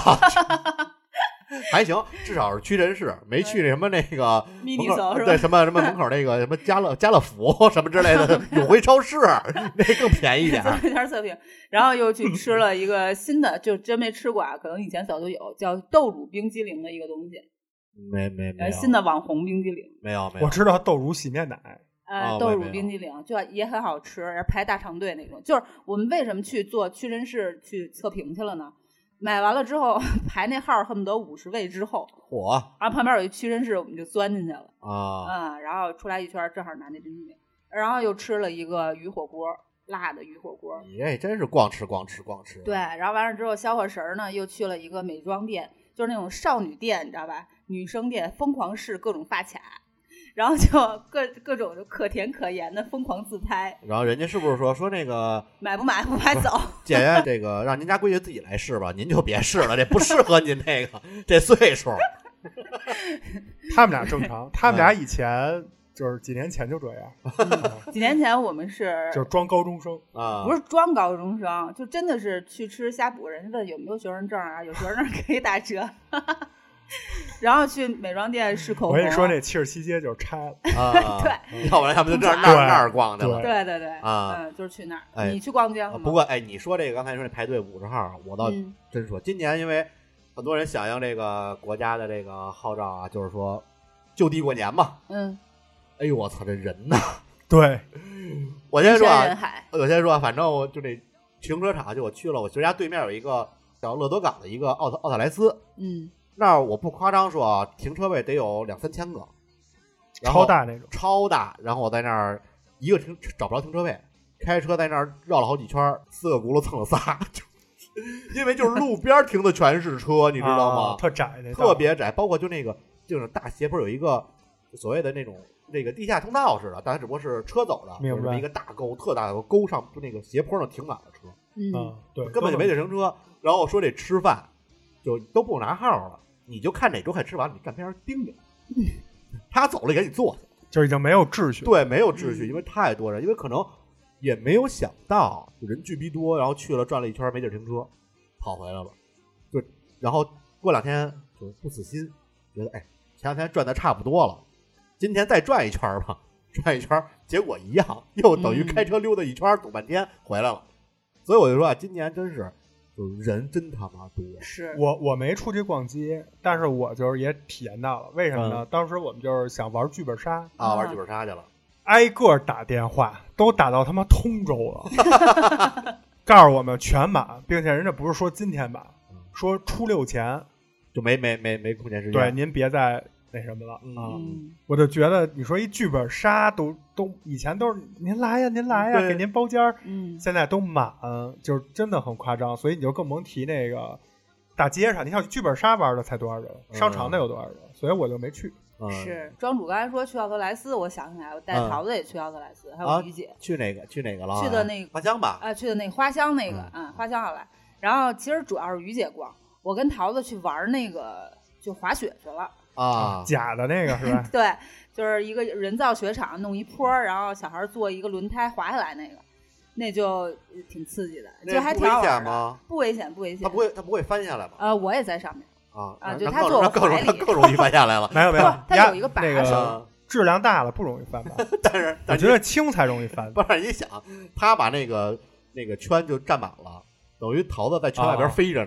还行，至少是屈臣氏，没去那什么那个迷你搜是吧？ 对，什么什么门口那个什么家乐家乐福什么之类的永辉超市，那更便宜一点。 做了一圈测评，然后又去吃了一个新的，就真没吃过啊，可能以前早就有，叫豆乳冰激凌的一个东西。 没没没新的网红冰激凌， 没有没有， 我知道豆乳洗面奶， 呃， 哦、 豆乳冰激凌就也很好吃，然后排大长队那种。就是我们为什么去做屈臣氏去测评去了呢？买完了之后排那号恨不得五十位之后， 火， 然后旁边有一屈臣氏，我们就钻进去了啊， 嗯，然后出来一圈，正好拿那冰激凌，然后又吃了一个鱼火锅，辣的鱼火锅。 你这真是光吃光吃光吃。 对，然后完了之后消火神呢，又去了一个美妆店，就是那种少女店，你知道吧？女生店疯狂试各种发卡，然后就各各种就可甜可盐的疯狂自拍。 然后人家是不是说说那个买不买不买走？ 姐姐，这个让您家闺女自己来试吧，您就别试了，这不适合您那个这岁数。 他们俩正常，他们俩以前就是几年前就这样。 嗯、几年前我们是就是装高中生啊， 不是装高中生，就真的是去吃呷哺，人家问有没有学生证啊，有学生证可以打折。然后去美妆店试口红， 我跟你说，那七十七街就是拆了啊， 对， 要不然他们就这儿那儿那儿逛去了， 对对对啊， 嗯，就是去那儿。 哎、 你去逛街了吗？ 不过哎，你说这个刚才说那排队五十号，我倒真说，嗯、今年因为很多人响应这个国家的这个号召啊，就是说就地过年嘛， 嗯， 哎呦我操，这人呐， 对， 我先说啊， 我先说，反正我就这停车场，就我去了，我学家对面有一个叫乐德港的一个奥特奥特莱斯， 嗯。 那儿我不夸张说啊，停车位得有两三千个， 超大那种， 超大。然后我在那儿一个停找不着停车位，开车在那儿绕了好几圈，四个轱辘蹭了仨，就因为就是路边停的全是车，你知道吗？ 啊、特窄那， 特别窄，包括就那个就是大斜坡有一个所谓的那种那个地下通道似的，但它只不过是车走的， 明白？ 一个大沟，特大的沟上就那个斜坡上停满了车， 嗯， 对， 根本就没地停车。然后我说这吃饭就都不拿号了。你就看哪桌快吃完了，你站边上盯着，他走了赶紧坐下， 就已经没有秩序。 对，没有秩序，因为太多人，因为可能也没有想到就人巨逼多，然后去了转了一圈没地停车，跑回来了，就然后过两天就不死心，觉得哎前两天转的差不多了，今天再转一圈吧，转一圈结果一样，又等于开车溜达一圈堵半天回来了，所以我就说啊，今年真是。就是人真他妈多， 是我我没出去逛街，但是我就是也体验到了，为什么呢？嗯、当时我们就是想玩剧本杀啊，玩剧本杀去了， 挨个打电话，都打到他妈通州了，告诉我们全满，并且人家不是说今天满，说初六前就没没没没空闲时间， 对，您别再那什么了、 嗯、 啊！我就觉得你说一剧本杀都都以前都是您来呀您来呀给您包间儿， 嗯， 现在都满，就是真的很夸张，所以你就更甭提那个大街上，你像剧本杀玩的才多少人， 嗯、 商场得有多少人，所以我就没去。 嗯、 是庄主刚才说去奥特莱斯，我想起来，我带桃子也去奥特莱斯，嗯、还有于姐、 啊、去哪个去哪个了？ 去的那个花香吧， 啊，去的那个花香那个， 嗯， 嗯花香奥莱。然后其实主要是于姐逛，我跟桃子去玩那个就滑雪去了。 啊， 假的那个是吧？ 对，就是一个人造雪场，弄一坡，然后小孩坐一个轮胎滑下来那个，那就挺刺激的，就还挺好玩的。 吗？ 不危险，不危险。 他不会，他不会翻下来吗？ 呃，我也在上面啊啊，就他坐我怀里， 更容易翻下来了。 没有没有， 他有一个把手， 那个质量大了不容易翻吧？ 但是我觉得轻才容易翻。 不是你想，他把那个那个圈就占满了，等于桃子在圈外边飞着呢。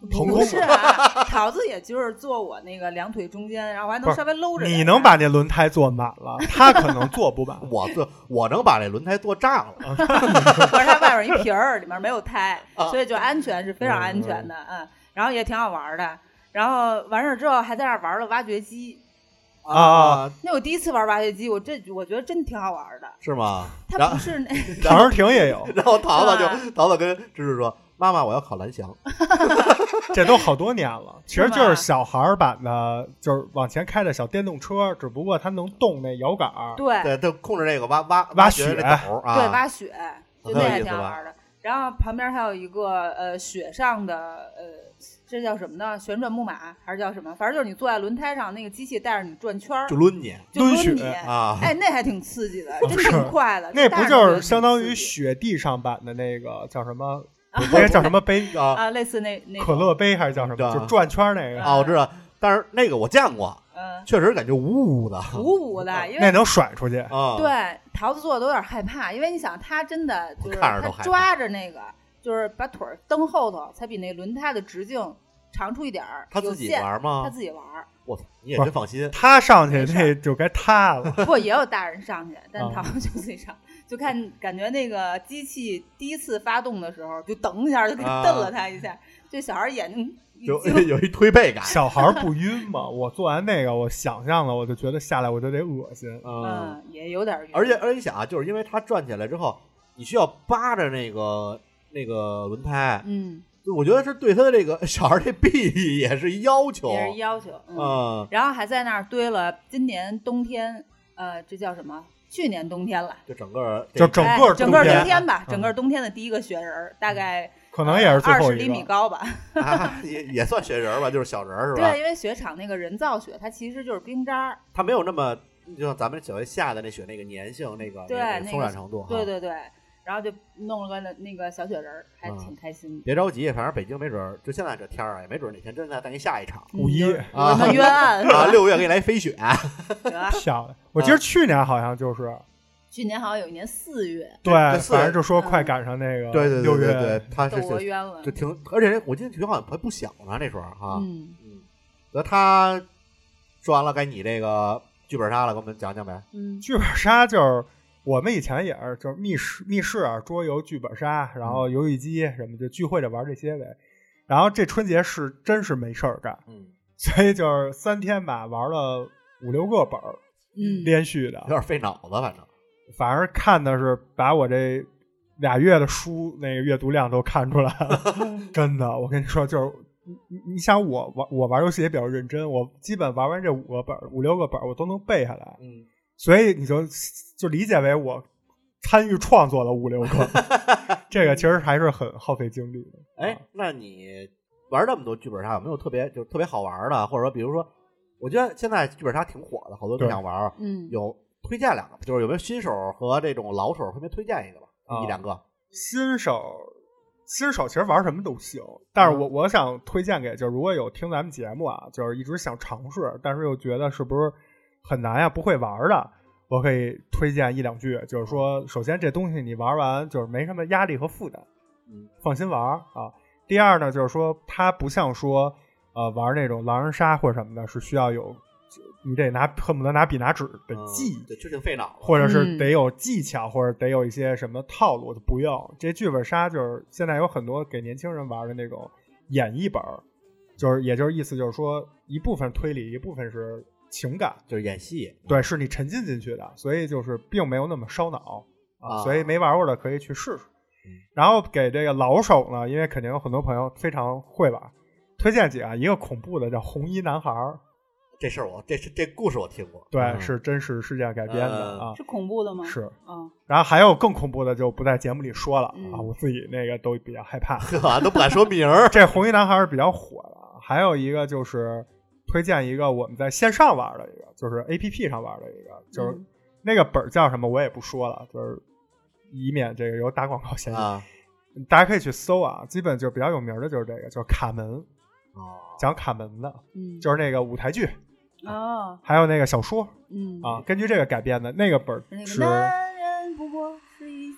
腾空不是啊，桃子也就是坐我那个两腿中间，然后我还能稍微搂着。 你能把那轮胎坐满了，他可能坐不满。 我坐我能把这轮胎坐胀了， 不是它外边一皮儿，里面没有胎，所以就安全是非常安全的，嗯，然后也挺好玩的。然后完事儿之后还在那儿玩了挖掘机。 啊， 那我第一次玩挖掘机，我这我觉得真挺好玩的， 是吗？ 它不是那陶然亭也有， 然后桃子就桃子跟芝芝说：“妈妈，我要考蓝翔。” 这都好多年了，其实就是小孩版的，就是往前开的小电动车，只不过它能动那摇杆， 对对，它控制那个挖挖挖雪那斗啊， 对，挖雪，就那还挺好很有意思吧玩的。然后旁边还有一个呃雪上的呃。这叫什么呢？旋转木马还是叫什么？反正就是你坐在轮胎上，那个机器带着你转圈儿， 就抡你， 就抡你雪啊！ 哎，那还挺刺激的，真挺快的。 那不就是相当于雪地上版的那个叫什么？那个叫什么杯啊？ 啊，类似那那可乐杯还是叫什么？就转圈那个啊，我知道。但是那个我见过， 嗯， 确实感觉呜呜的， 呜呜的，因为那能甩出去啊。 对，桃子做的都有点害怕，因为你想他真的就是他抓着那个，就是把腿蹬后头，才比那轮胎的直径长出一点儿。 他自己玩吗？ 他自己玩。 我操，你也真放心。 他上去那就该塌了。 不，也有大人上去，但桃子就自己上，就看感觉那个机器第一次发动的时候，就噔一下就给蹬了他一下，这小孩眼睛。 有有一推背感， 小孩不晕吗？我做完那个，我想象了，我就觉得下来我就得恶心。 嗯，也有点晕。 而且而且你想啊，就是因为它转起来之后，你需要扒着那个那个轮胎， 嗯， 我觉得是对他的这个小孩这臂力也是一要求， 也是要求。嗯， 嗯然后还在那儿堆了今年冬天，呃，这叫什么？去年冬天了， 就整个就整个、 哎、整个冬天吧， 嗯、 整个冬天的第一个雪人，大概。 可能也是最后一个二十厘米高吧， 啊，也也算雪人吧，就是小人是吧？ 对，因为雪场那个人造雪，它其实就是冰渣， 它没有那么就像咱们所谓下的那雪那个粘性，那个对那个松软程度， 对对对。然后就弄了个那个小雪人，还挺开心的。 嗯、别着急，反正北京没准就现在这天儿啊，也没准哪天真的再给你下一场五一啊， 冤案啊，六月给你来飞雪， 漂亮。我记得去年好像就是。 去年好像有一年四月， 对，反正就说快赶上那个对对六月， 对对，他是多冤了， 就挺，而且我记得体育好像还不小呢，那时候哈， 嗯嗯，那他说完了，该你这个剧本杀了，给我们讲讲呗。 嗯， 剧本杀就是我们以前也是，就是密室、密室啊、桌游、剧本杀，然后游戏机什么，就聚会着玩这些呗。然后这春节是真是没事儿干， 嗯， 所以就是三天吧，玩了五六个本儿， 嗯， 连续的， 有点费脑子，反正。 反而看的是把我这俩月的书那个阅读量都看出来了，真的，我跟你说，就是你你想我玩我玩游戏也比较认真，我基本玩完这五个本五六个本我都能背下来， 嗯， 所以你就就理解为我参与创作了五六个，这个其实还是很耗费精力的。 哎，那你玩那么多剧本杀，有没有特别就特别好玩的，或者说比如说，我觉得现在剧本杀挺火的，好多人都想玩， 嗯， 有。推荐两个，就是有没有新手和这种老手，分别推荐一个吧， 啊、 一两个。 新手，新手其实玩什么都行，但是我、嗯、我想推荐给，就是如果有听咱们节目啊，就是一直想尝试，但是又觉得是不是很难呀，不会玩的，我可以推荐一两句。就是说，首先这东西你玩完就是没什么压力和负担， 嗯， 放心玩啊。第二呢，就是说它不像说呃玩那种狼人杀或者什么的，是需要有。你得拿恨不得拿笔拿纸得记， 对、嗯，就挺费脑子， 或者是得有技巧，嗯、或者得有一些什么套路，就不用。这剧本杀就是现在有很多给年轻人玩的那种演绎本，就是也就是意思就是说一部分推理，一部分是情感， 就是演戏， 对，是你沉浸进去的，所以就是并没有那么烧脑啊。 啊所以没玩过的可以去试试。 嗯、 然后给这个老手呢，因为肯定有很多朋友非常会玩，推荐几个，一个恐怖的叫《红衣男孩》。 这事儿我这是这故事我听过， 对， 嗯、 是真实事件改编的、嗯、啊。 是恐怖的吗？ 是， 嗯。 然后还有更恐怖的就不在节目里说了、 嗯、 啊，我自己那个都比较害怕， 都不敢说名儿。 这红衣男孩是比较火的，还有一个就是推荐一个我们在线上玩的一个，就是 A P P 上玩的一个，就是那个本叫什么我也不说了，就是以免这个有打广告嫌疑。 啊、 大家可以去搜啊，基本就比较有名的就是这个，叫卡门， 哦， 讲卡门的， 嗯， 就是那个舞台剧。 哦， 还有那个小说， 嗯啊，根据这个改编的那个本是。那个男人不过是一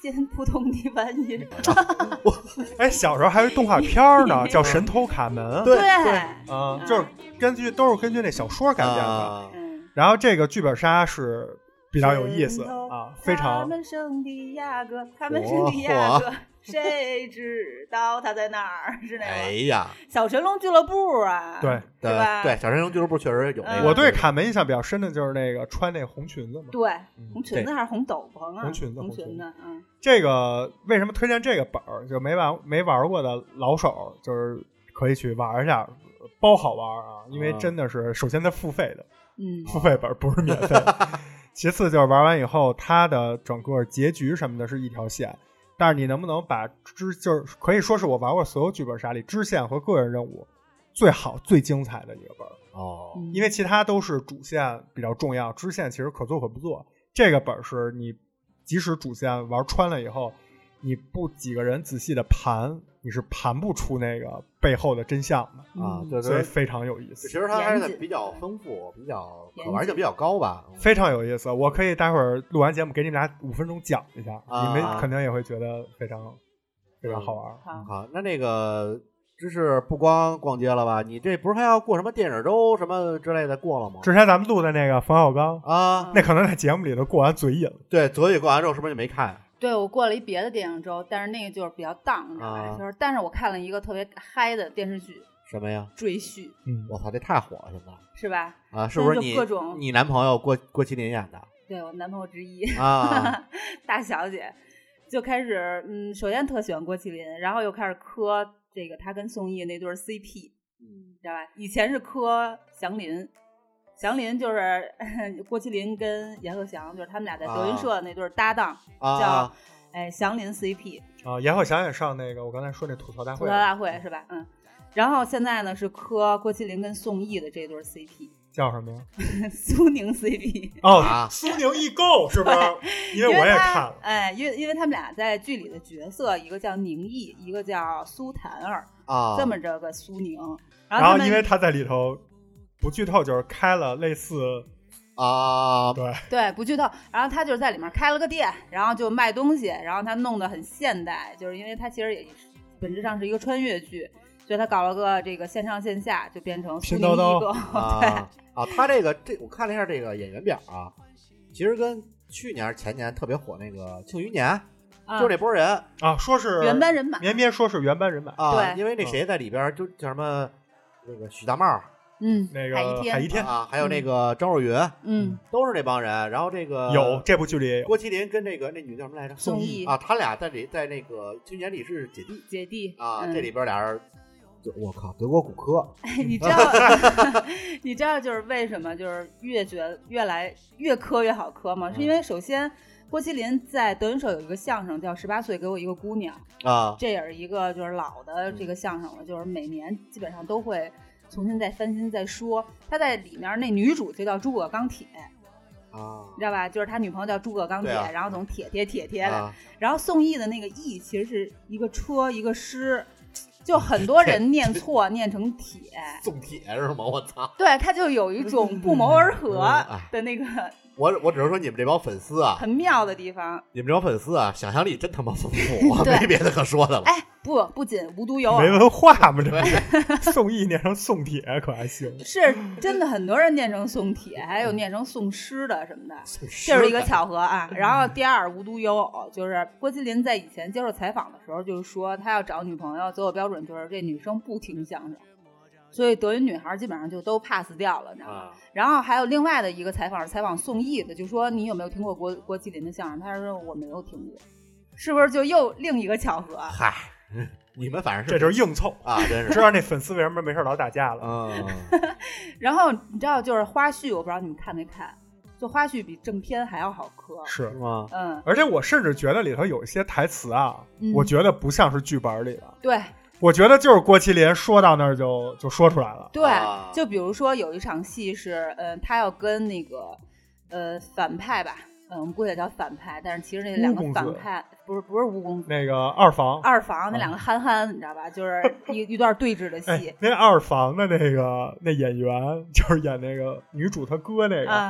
见不同的玩意。 哎，小时候还有动画片呢，叫《神偷卡门》。 对对， 啊，就是根据都是根据那小说改编的。 啊嗯， 然后这个剧本杀是比较有意思啊，非常。 他们生的雅各，他们生的雅各，谁知道他在哪儿？是那个。 哎呀， 小神龙俱乐部啊， 对， 是吧？ 对，小神龙俱乐部确实有那个。 我对卡门印象比较深的就是那个穿那个红裙子嘛。 对，红裙子还是红斗篷啊？ 红裙子， 红裙子。嗯， 这个为什么推荐这个本儿？就没玩没玩过的老手，就是可以去玩一下，包好玩啊！因为真的是，首先它付费的， 嗯， 付费本不是免费的。其次就是玩完以后，它的整个结局什么的是一条线，但是你能不能把支就是可以说是我玩过所有剧本杀里支线和个人任务最好最精彩的一个本哦， 因为其他都是主线比较重要，支线其实可做可不做。这个本是你即使主线玩穿了以后，你不几个人仔细的盘，你是盘不出那个背后的真相的啊， 嗯、 对， 所以非常有意思。 其实它还是比较丰富，比较可玩性比较高吧， 非常有意思。我可以待会儿录完节目给你们俩五分钟讲一下， 啊、 你们肯定也会觉得非常非常好玩。 嗯、 好，那那个知识不光逛街了吧？你这不是还要过什么电影周什么之类的过了吗？ 之前咱们录的那个冯小刚啊， 那可能在节目里头过完嘴瘾了。 对，嘴瘾过完之后是不是就没看？ 对，我过了一别的电影周，但是那个就是比较荡，你知道吧？啊、就是，但是我看了一个特别嗨的电视剧， 什么呀？ 追剧。 嗯， 我操，这太火了，现在是吧？ 啊，是不是你各种你男朋友郭郭麒麟演的？ 对，我男朋友之一啊， 大小姐就开始，嗯，首先特喜欢郭麒麟，然后又开始磕这个他跟宋轶那对 C P， 嗯，知道吧？以前是磕祥林。祥林就是郭麒麟跟阎鹤祥，就是他们俩在德云社那对搭档， 啊、 叫哎祥林 C P 啊。阎鹤祥也上那个我刚才说那吐槽大会， 吐槽大会是吧？嗯。然后现在呢是磕郭麒麟跟宋轶的这对 C P， 叫什么呀？ 苏宁 C P 哦，啊、苏宁易购是不是？因为我也看了， 哎，因为因为他们俩在剧里的角色，一个叫宁毅，一个叫苏檀儿啊， 这么着个苏宁。 然后, 然后因为他在里头。不剧透就是开了类似啊， 对对，不剧透。然后他就是在里面开了个店，然后就卖东西，然后他弄得很现代，就是因为他其实也本质上是一个穿越剧，所以他搞了个这个线上线下，就变成苏宁易购。对啊，啊，他这个这我看了一下这个演员表啊，其实跟去年前年特别火那个《庆余年》啊，就这波人啊，说是原班人马， 绵绵说是原班人马啊， 对， 因为那谁在里边就叫什么那个许大茂。 嗯， 那个海一天， 海一天啊，还有那个张若昀， 嗯， 都是那帮人。然后这个有这部剧里也有郭麒麟跟这个那女叫什么来着？ 宋轶啊，他俩在里在那个去年里是姐弟， 姐弟啊， 嗯、 这里边俩人，就我靠，德国骨科。 哎，你知道，你知道就是为什么就是越觉得越来越磕越好磕吗？是因为首先郭麒麟在德云社有一个相声叫《十八岁给我一个姑娘》 啊， 这也是一个就是老的这个相声了，就是每年基本上都会。重新再翻新再说，他在里面那女主就叫诸葛钢铁啊， 你知道吧？就是他女朋友叫诸葛钢铁， 啊、 然后总铁铁铁铁的。 啊、 然后宋轶的那个轶其实是一个车一个诗，就很多人念错念成铁， 宋铁是吗？我操！ 对，他就有一种不谋而合的那个。 我我只能说你们这帮粉丝啊， 很妙的地方。 你们这帮粉丝啊，想象力真他妈丰富，我没别的可说的了。 哎，不，不仅无独有偶， 没文化嘛，这宋轶念成宋铁可还行？ 是真的，很多人念成宋铁，还有念成宋诗的什么的，这是一个巧合啊。然后第二，无独有偶，就是郭麒麟在以前接受采访的时候，就是说他要找女朋友，择偶标准就是这女生不听相声。所以德云女孩基本上就都 pass 掉了，你知道吗？啊、然后还有另外的一个采访是采访宋轶的，就说你有没有听过郭郭麒麟的相声？他说我没有听过，是不是就又另一个巧合？ 嗨，你们反正是这就是硬凑啊，真是知道那粉丝为什么没事老打架了。 嗯， 然后你知道就是花絮，我不知道你们看没看，就花絮比正片还要好磕， 是吗？ 嗯， 而且我甚至觉得里头有一些台词啊， 嗯、 我觉得不像是剧本里的。 对。 我觉得就是郭麒麟说到那儿就就说出来了。 对，就比如说有一场戏是，嗯，他要跟那个呃反派吧，嗯，我们估计叫反派，但是其实那两个反派不是不是吴公子， 那个二房二房那两个憨憨，嗯、你知道吧？就是一一段对峙的戏。 哎、那二房的那个那演员就是演那个女主她哥那个。 啊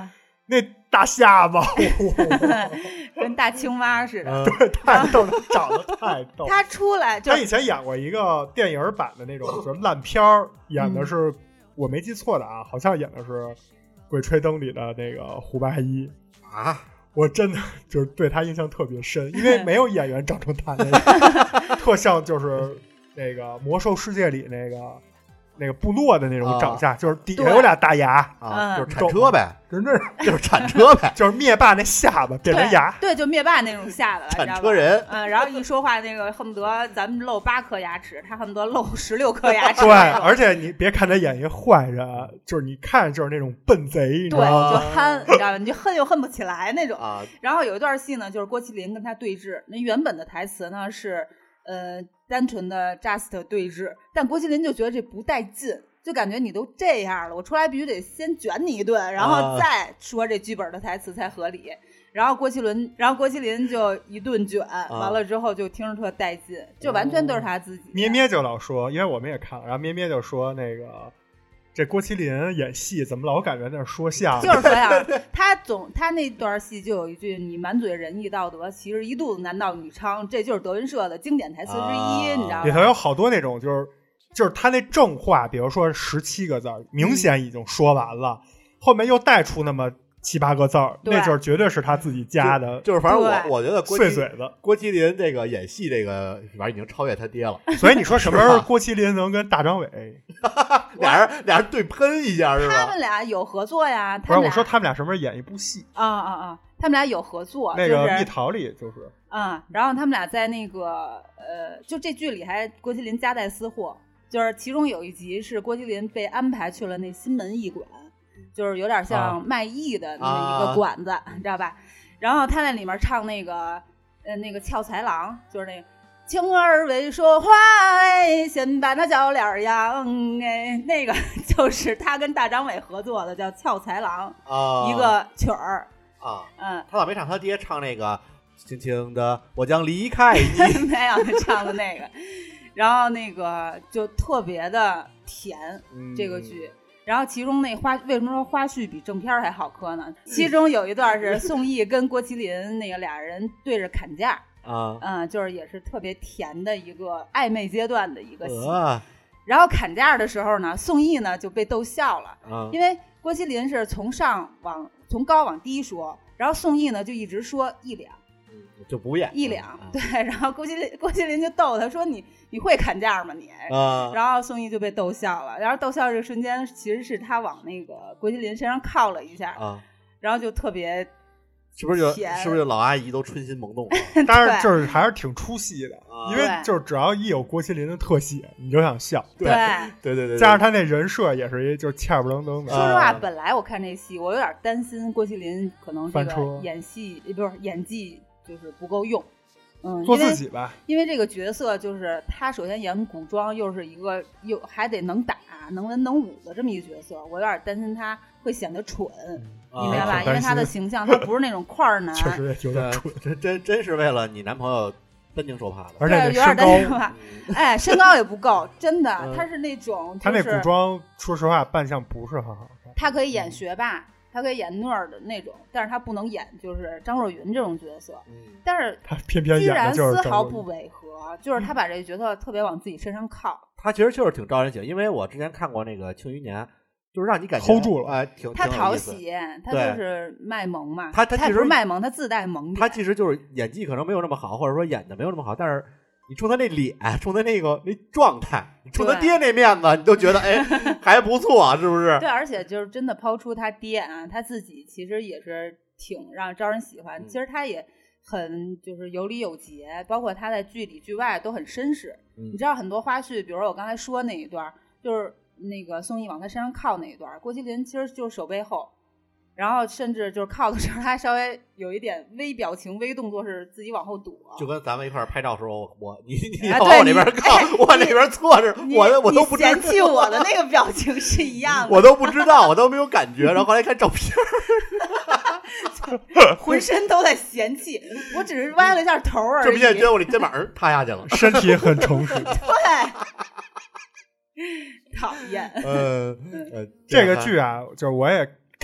那大下巴， 跟大青蛙似的。 对，太逗了，长得太逗。 他出来就他以前演过一个电影版的那种就是烂片儿，演的是、嗯、我没记错的啊，好像演的是《鬼吹灯》里的那个胡八一啊。 我真的就是对他印象特别深，因为没有演员长成他那个，特像就是那个魔兽世界里那个那个部落的那种长相，啊、就是底下有俩大牙啊，就是铲车呗， 真的就是铲车呗， 就是灭霸那下巴变成牙， 对，就灭霸那种下巴， 铲车人， 嗯，然后一说话那个恨不得咱们露八颗牙齿，他恨不得露十六颗牙齿， 对，而且你别看他演一个坏人，就是你看就是那种笨贼，你知道吗？ 对，就憨，你知道吗？你就恨又恨不起来那种。 啊、 然后有一段戏呢，就是郭麒麟跟他对峙，那原本的台词呢是呃单纯的 just 对峙，但郭麒麟就觉得这不带劲。就感觉你都这样了，我出来必须得先卷你一顿，然后再说这剧本的台词才合理。啊、然后郭麒麟，然后郭麒麟就一顿卷，啊、完了之后就听着特带劲，就完全都是他自己。 咩咩就老说，因为我们也看了，然后咩咩就说那个这郭麒麟演戏怎么老感觉在那说相声？ 就是说呀，他总他那段戏就有一句“你满嘴仁义道德，其实一肚子男盗女娼”，这就是德云社的经典台词之一，啊、你知道吗？ 里头有好多那种就是。就是他那正话，比如说十七个字，明显已经说完了，嗯、后面又带出那么七八个字，那就是绝对是他自己加的。 就, 就是反正我我觉得郭碎嘴子郭麒麟这个演戏这个玩意已经超越他爹了。 所以你说什么时候郭麒麟能跟大张伟俩人俩人对喷一下是吧？ 他们俩有合作呀。 不是我说他们俩什么时候演一部戏啊啊啊！他们俩有合作， 那个 《 蜜桃》里就是嗯，然后他们俩在那个呃，就这剧里还郭麒麟夹带私货。就是其中有一集是郭麒麟被安排去了那新门艺馆，就是有点像卖艺的那么一个馆子，啊、你知道吧？然后他在里面唱那个呃那个俏才郎，就是那个青儿未说话哎，先把那脚脸扬哎，那个就是他跟大张伟合作的，叫俏才郎， 啊、 一个曲儿啊， 嗯， 他咋没唱他爹唱那个轻轻的我将离开你？ 没有，他唱的那个。然后那个就特别的甜， 嗯、 这个剧。然后其中那花为什么说花絮比正片还好磕呢？其中有一段是宋轶跟郭麒麟那个俩人对着砍价啊， 嗯，就是也是特别甜的一个暧昧阶段的一个戏。 啊、 然后砍价的时候呢，宋轶呢就被逗笑了， 啊、 因为郭麒麟是从上往从高往低说，然后宋轶呢就一直说一两。 就不演一两、嗯、对，然后郭麒麟郭麒麟就逗他说你你会砍价吗你、 啊、 然后宋轶就被逗笑了，然后逗笑这个瞬间其实是他往那个郭麒麟身上靠了一下、 啊、 然后就特别是不是就是不是老阿姨都春心萌动当然就是还是挺出戏的、 啊、 因为就是只要一有郭麒麟的特写你就想笑， 对对对对， 加上他那人设也是一就是欠不愣登的。 说实话、啊、本来我看这戏我有点担心郭麒麟可能这个演戏不是演技就是不够用，嗯， 做自己吧。 因为这个角色就是他首先演古装，又是一个又还得能打、能文能武的这么一个角色，我有点担心他会显得蠢，嗯、你明白吧？因为他的形象，他不是那种块儿男， 确实也有点蠢， 真真真是为了你男朋友担惊受怕的， 而且有点担惊受怕。哎，身高也不够，真的，嗯、他是那种、就是、 他那古装，说实话扮相不是很好看。 他可以演学霸。他可以演 nerd 的那种，但是他不能演就是张若昀这种角色， 嗯、 但是他偏偏居然丝毫不违和，就是他把这个角色特别往自己身上靠。 他其实就是挺招人喜欢，因为我之前看过那个《庆余年》，就是让你感觉 hold 住了， 哎，挺他讨喜，他就是卖萌嘛， 他他其实卖萌，他自带萌点。 他其实就是演技可能没有那么好，或者说演的没有那么好，但是你冲他那脸，冲他那个那状态，你冲他爹那面子，你都觉得哎还不错，是不是？ 对，而且就是真的抛出他爹啊，他自己其实也是挺让招人喜欢。嗯、其实他也很就是有理有节，包括他在剧里剧外都很绅士。 嗯、 你知道很多花絮，比如说我刚才说那一段，就是那个宋轶往他身上靠那一段，郭麒麟其实就是手背后。然后甚至就是靠的时候，他稍微有一点微表情、微动作，是自己往后躲， 就跟咱们一块儿拍照的时候，我你你要往我那边靠，哎、我那边坐着，我我都不知道嫌弃我的那个表情是一样的， 我都不知道，我都没有感觉。然后后来看照片， 浑身都在嫌弃，我只是歪了一下头而已。 这不现在觉得我这肩膀塌下去了， 身体很诚实。 对。讨厌。 呃呃， 这个剧啊，就是我也。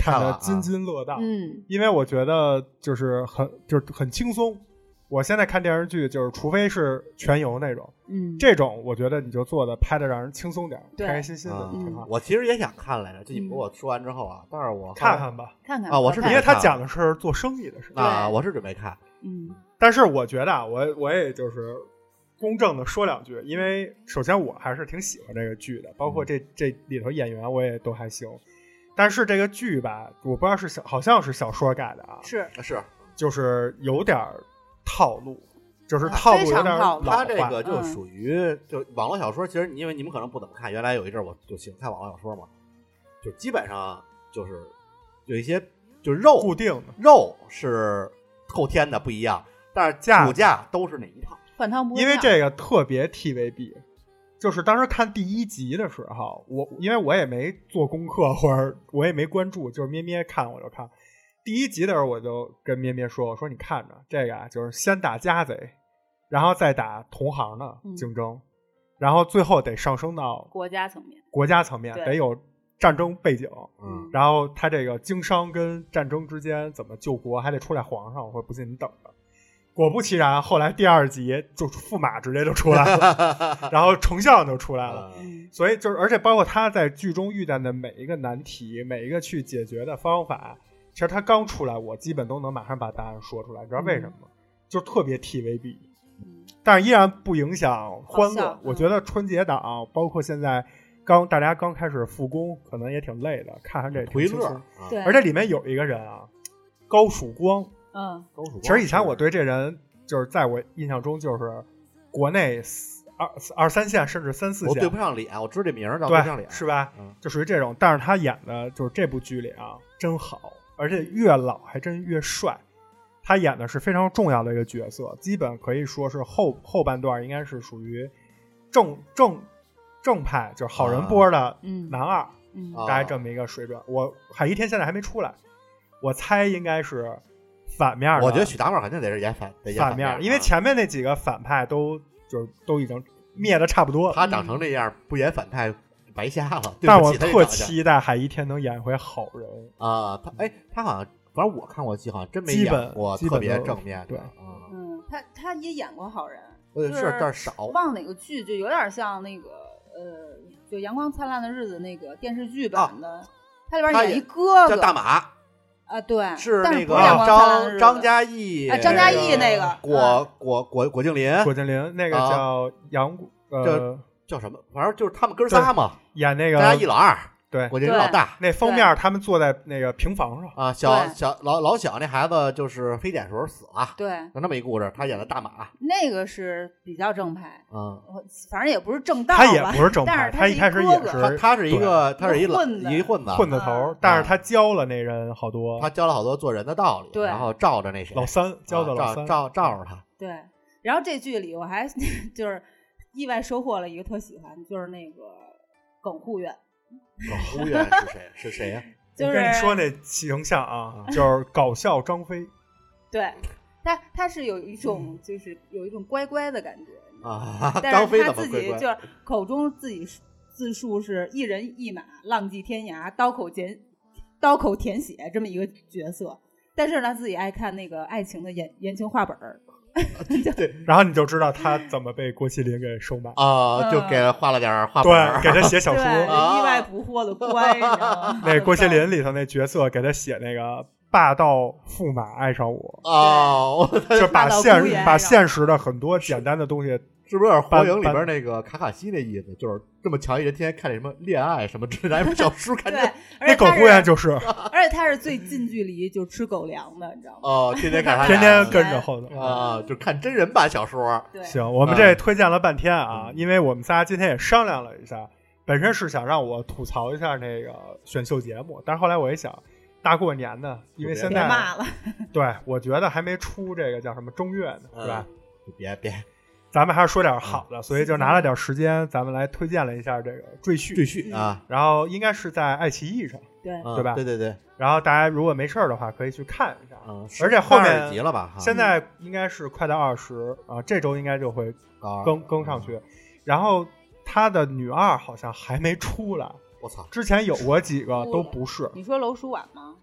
看得津津乐道。 嗯， 因为我觉得就是很就是很轻松。我现在看电视剧，就是除非是全游那种， 嗯， 这种我觉得你就做的拍的让人轻松点，开开心心的。 嗯嗯、我其实也想看来着，就你给我说完之后啊，但是我看看吧， 看看啊，我是因为他讲的是做生意的事啊，我是准备看。 嗯， 但是我觉得啊，我我也就是公正的说两句，因为首先我还是挺喜欢这个剧的，包括这这里头演员我也都还行。但是这个剧吧，我不知道是小，好像是小说改的啊， 是是， 就是有点套路，就是套路有点老化。 他这个就属于、嗯、就网络小说，其实因为你们可能不怎么看，原来有一阵我就喜欢看网络小说嘛，就基本上就是有一些就肉固定的， 肉是后天的不一样，但是主价都是哪一套， 换汤不换药。 因为这个特别 T V B。就是当时看第一集的时候，我因为我也没做功课，或者我也没关注，就是咩咩看我就看第一集的时候，我就跟咩咩说：“我说你看着这个啊，就是先打家贼，然后再打同行的竞争，嗯、然后最后得上升到国家层面， 国家层面得有战争背景， 嗯， 然后他这个经商跟战争之间怎么救国，还得出来皇上，我说不信你等着。”果不其然，后来第二集就驸马直接就出来了，然后丞相就出来了， 嗯、 所以就是而且包括他在剧中遇到的每一个难题，每一个去解决的方法，其实他刚出来，我基本都能马上把答案说出来。你知道为什么？嗯、就特别 T V B，、嗯、但是依然不影响欢乐。我觉得春节档，包括现在刚大家刚开始复工，可能也挺累的，看看这回乐。 对， 而且里面有一个人啊，高曙光。 嗯， 其实以前我对这人就是在我印象中就是国内二二三线甚至三四线， 我对不上脸，我知道这名儿叫对不上脸， 是吧？ 嗯， 就属于这种。但是他演的就是这部剧里啊，真好，而且越老还真越帅。他演的是非常重要的一个角色，基本可以说是后后半段应该是属于正正正派，就是好人波的男二， 嗯， 大概这么一个水准。我海一天现在还没出来，我猜应该是。反面的， 我觉得许大茂肯定得是演反，得演反面，因为前面那几个反派都就都已经灭的差不多了。 他长成这样，不演反派白瞎了。 但我特期待海一天能演回好人啊！他哎，他好像反正我看过戏，好像真没演过特别正面的。 对， 嗯，他他也演过好人， 是但是少。 忘哪个剧，就有点像那个呃，就《阳光灿烂的日子》那个电视剧版的，他里边演一哥哥叫大马。 啊，对， 是那个张张嘉译， 啊，张嘉译那个果果果果敬林， 果敬林那个叫杨，呃， 叫什么？反正就是他们哥仨嘛， 演那个张嘉译老二， 对， 果敬林老大。 那封面他们坐在那个平房上啊，小小老老小那孩子就是非典时候死了， 对， 有那么一故事，他演的大马， 那个是比较正派， 嗯， 反正也不是正道， 他也不是正派， 他一开始也是， 他他是一个他是一混子一混子混子头，但是他教了那人好多， 他教了好多做人的道理， 对， 然后照着那谁老三教的老三， 照照着他， 对，然后这剧里我还就是意外收获了一个特喜欢，就是那个耿护院。 耿护院是谁？是谁呀？ 就是我跟你说那形象啊，就是搞笑张飞。 对，他他是有一种就是有一种乖乖的感觉啊， 但是他自己就是口中自己自述是一人一马，浪迹天涯，刀口舔刀口舔血这么一个角色，但是呢，自己爱看那个爱情的言言情画本儿。 对，然后你就知道他怎么被郭麒麟给收买啊，就给他画了点画本， 对，给他写小说， 意外捕获的乖。 那郭麒麟里头那角色给他写那个霸道驸马爱上我哦， 就把现把现实的很多简单的东西。 是不是有点火影里边那个卡卡西那意思？就是这么强一人，天天看那什么恋爱什么之类的小书，看对， 那狗护院就是， 而且他是最近距离就吃狗粮的，你知道吗？ 哦，天天看他， 天天跟着后头啊，就看真人版小说。 对， 行，我们这推荐了半天啊，嗯、因为我们仨今天也商量了一下，本身是想让我吐槽一下那个选秀节目，但是后来我一想，大过年的，因为现在别骂了， 对，我觉得还没出这个叫什么正月呢，是吧？ 就别别。 咱们还是说点好的，所以就拿了点时间，咱们来推荐了一下这个赘婿。 赘婿啊， 然后应该是在爱奇艺上， 对对吧？ 对对对。 然后大家如果没事的话，可以去看一下。 嗯， 而且后面集了吧？ 现在应该是快到二十啊，这周应该就会更更上去。然后他的女二好像还没出来， 我操！ 之前有过几个都不是。 你说楼书婉吗？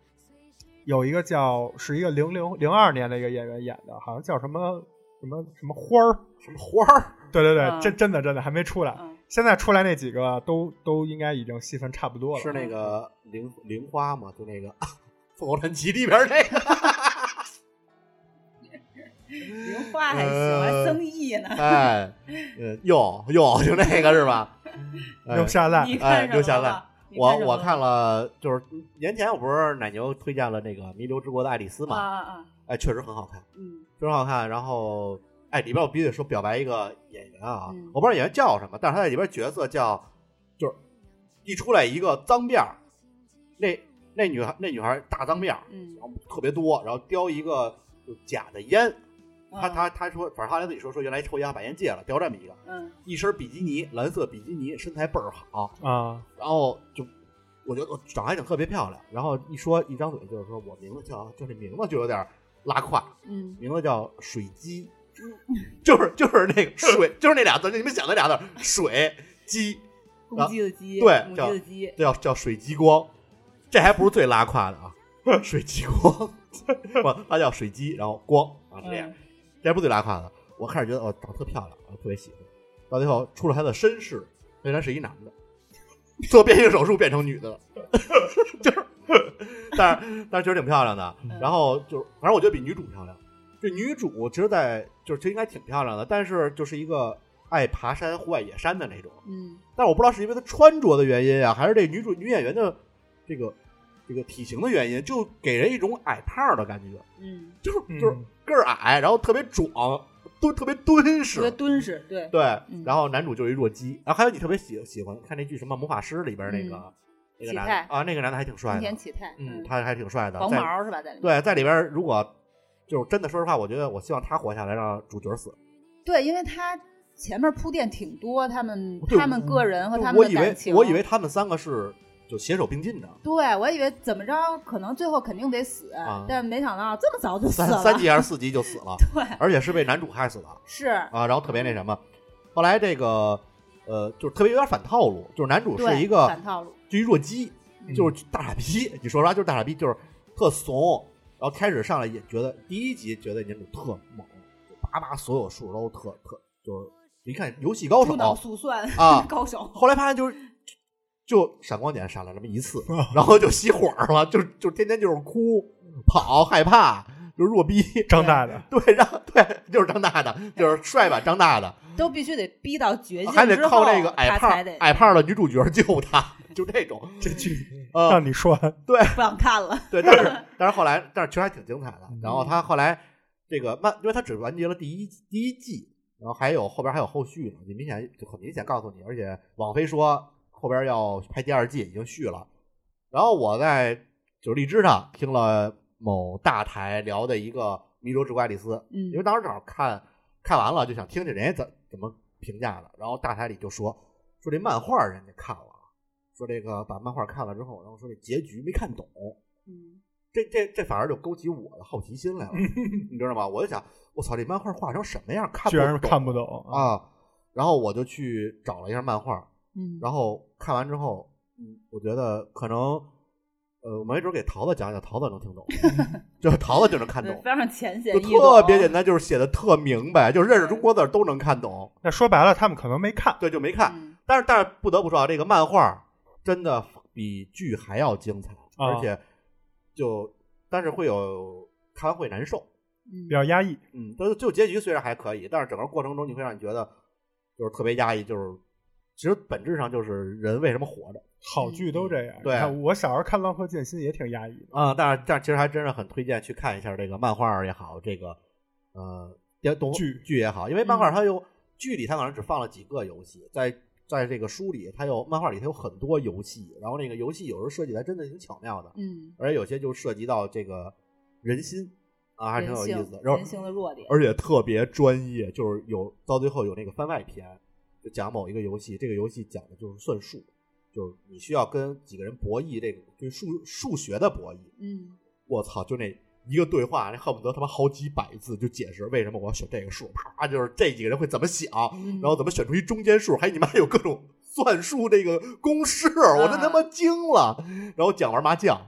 有一个叫是一个零零零二年的一个演员演的，好像叫什么什么什么花儿什么花儿， 对对对， 嗯、 真真的真的还没出来。 嗯、 现在出来那几个都都应该已经戏份差不多了。 是那个玲玲花吗？就那个《凤凰传奇》里边那个。 零花还行，呃、还生意呢。 哎，呃，哟哟，就那个是吧？ 留下来， 哎，留下来。我我看了，就是年前我不是奶牛推荐了那个《弥留之国的爱丽丝》嘛？ 啊啊啊！ 哎，确实很好看， 嗯， 非常好看。然后，哎，里边我必须得说表白一个演员啊， 嗯、 我不知道演员叫什么，但是他在里边角色叫，就是一出来一个脏辫儿，那那女孩那女孩大脏辫儿， 嗯， 然后特别多，然后叼一个就假的烟。他嗯、 他他说，反正后来自己说说原来抽烟把烟戒了，叼这么一个， 嗯， 一身比基尼，蓝色比基尼，身材倍儿好啊， 然后就我觉得我长得还挺特别漂亮，然后一说一张嘴就是说我名字叫，就这名字就有点拉胯， 嗯， 名字叫水鸡，就是就是那个水，就是那俩字，你们想那俩字，水鸡， 公鸡的鸡， 对， 母鸡的鸡， 叫叫水激光，这还不是最拉胯的啊，水激光，不，它叫水鸡，然后光啊这样。嗯这不最拉胯的，我开始觉得哦，长得特漂亮，我特别喜欢。到最后出了他的身世，原来是一男的，做变性手术变成女的了，就是，但是但是确实挺漂亮的。然后就反正我觉得比女主漂亮。这女主其实在就是其实应该挺漂亮的，但是就是一个爱爬山、户外野山的那种。 嗯。 但是我不知道是因为她穿着的原因啊，还是这女主女演员的这个这个体型的原因，就给人一种矮胖的感觉。 嗯。 就是就是。个儿矮，然后特别壮，都特别敦实， 特别敦实，对对、 嗯。 然后男主就是一弱鸡，然后还有你特别喜喜欢看那剧什么《魔法师》里边那个、嗯、那个男的啊，那个男的还挺帅的， 田启泰， 嗯，他还挺帅的， 黄毛是吧？在里面对，在里边如果就是真的说实话，我觉得我希望他活下来，让主角死。 对，因为他前面铺垫挺多，他们他们个人和他们的感情， 我以为我以为他们三个是。就携手并进的， 对我以为怎么着，可能最后肯定得死，啊、但没想到这么早就死了， 三, 三集还是四集就死了， 对， 而且是被男主害死的， 是啊，然后特别那什么，后来这个呃，就是特别有点反套路，就是男主是一个反套路， 就一弱鸡，就是大傻逼，你说实话就是大傻逼，就是特怂，然后开始上来也觉得第一集觉得男主特猛，叭叭所有数都特特就是一看游戏高手， 猪脑速算啊高手， 后来发现就是。就闪光点闪了这么一次，然后就熄火了，就就天天就是哭、跑、害怕，就是弱逼。 张大的， 对，让对，就是张大的，就是帅版张大的， 都必须得逼到绝境， 还得靠那个矮胖矮胖的女主角救他，就这种。 这剧呃让你说对， 不想看了。 对，但是但是后来，但是其实还挺精彩的。然后他后来这个漫，因为他只完结了第一第一季，然后还有后边还有后续呢，你明显就很明显告诉你，而且网飞说。后边要拍第二季，已经续了。然后我在就是荔枝上听了某大台聊的一个《弥留之国爱丽丝》， 嗯， 因为当时正好看看完了，就想听听人家怎怎么评价的。然后大台里就说说这漫画人家看了，说这个把漫画看了之后，然后说这结局没看懂， 嗯， 这这这反而就勾起我的好奇心来了，你知道吗？我就想，我操，这漫画画成什么样，看不懂， 居然看不懂啊！然后我就去找了一下漫画。 嗯， 然后看完之后，嗯，我觉得可能，呃，我没准给桃子讲讲，桃子能听懂，就桃子就能看懂， 非常浅显就特别简单，就是写的特明白，就认识中国字都能看懂。 那说白了，他们可能没看， 对，就没看。 嗯、 但是，但是不得不说啊，这个漫画真的比剧还要精彩， 哦、 而且就但是会有看完会难受， 比较压抑。 嗯，就就结局虽然还可以，但是整个过程中你会让你觉得就是特别压抑，就是。其实本质上就是人为什么活着， 好剧都这样。 对， 我小时候看《浪客剑心》也挺压抑的啊、嗯，但是但是其实还真是很推荐去看一下这个漫画也好，这个呃动剧剧也好，因为漫画它有、嗯、剧里它可能只放了几个游戏，在在这个书里它有漫画里它有很多游戏，然后那个游戏有时候设计的真的挺巧妙的， 嗯， 而且有些就涉及到这个人心啊，还挺有意思的，然后人性的弱点， 而且特别专业，就是有到最后有那个番外篇。就讲某一个游戏，这个游戏讲的就是算术，就是你需要跟几个人博弈，这个就是数数学的博弈。 嗯， 我操，就那一个对话，那恨不得他妈好几百字就解释为什么我要选这个数，啪，就是这几个人会怎么想， 嗯、 然后怎么选出一中间数，还你妈还有各种算术这个公式，我真他妈惊了。然后讲玩麻将，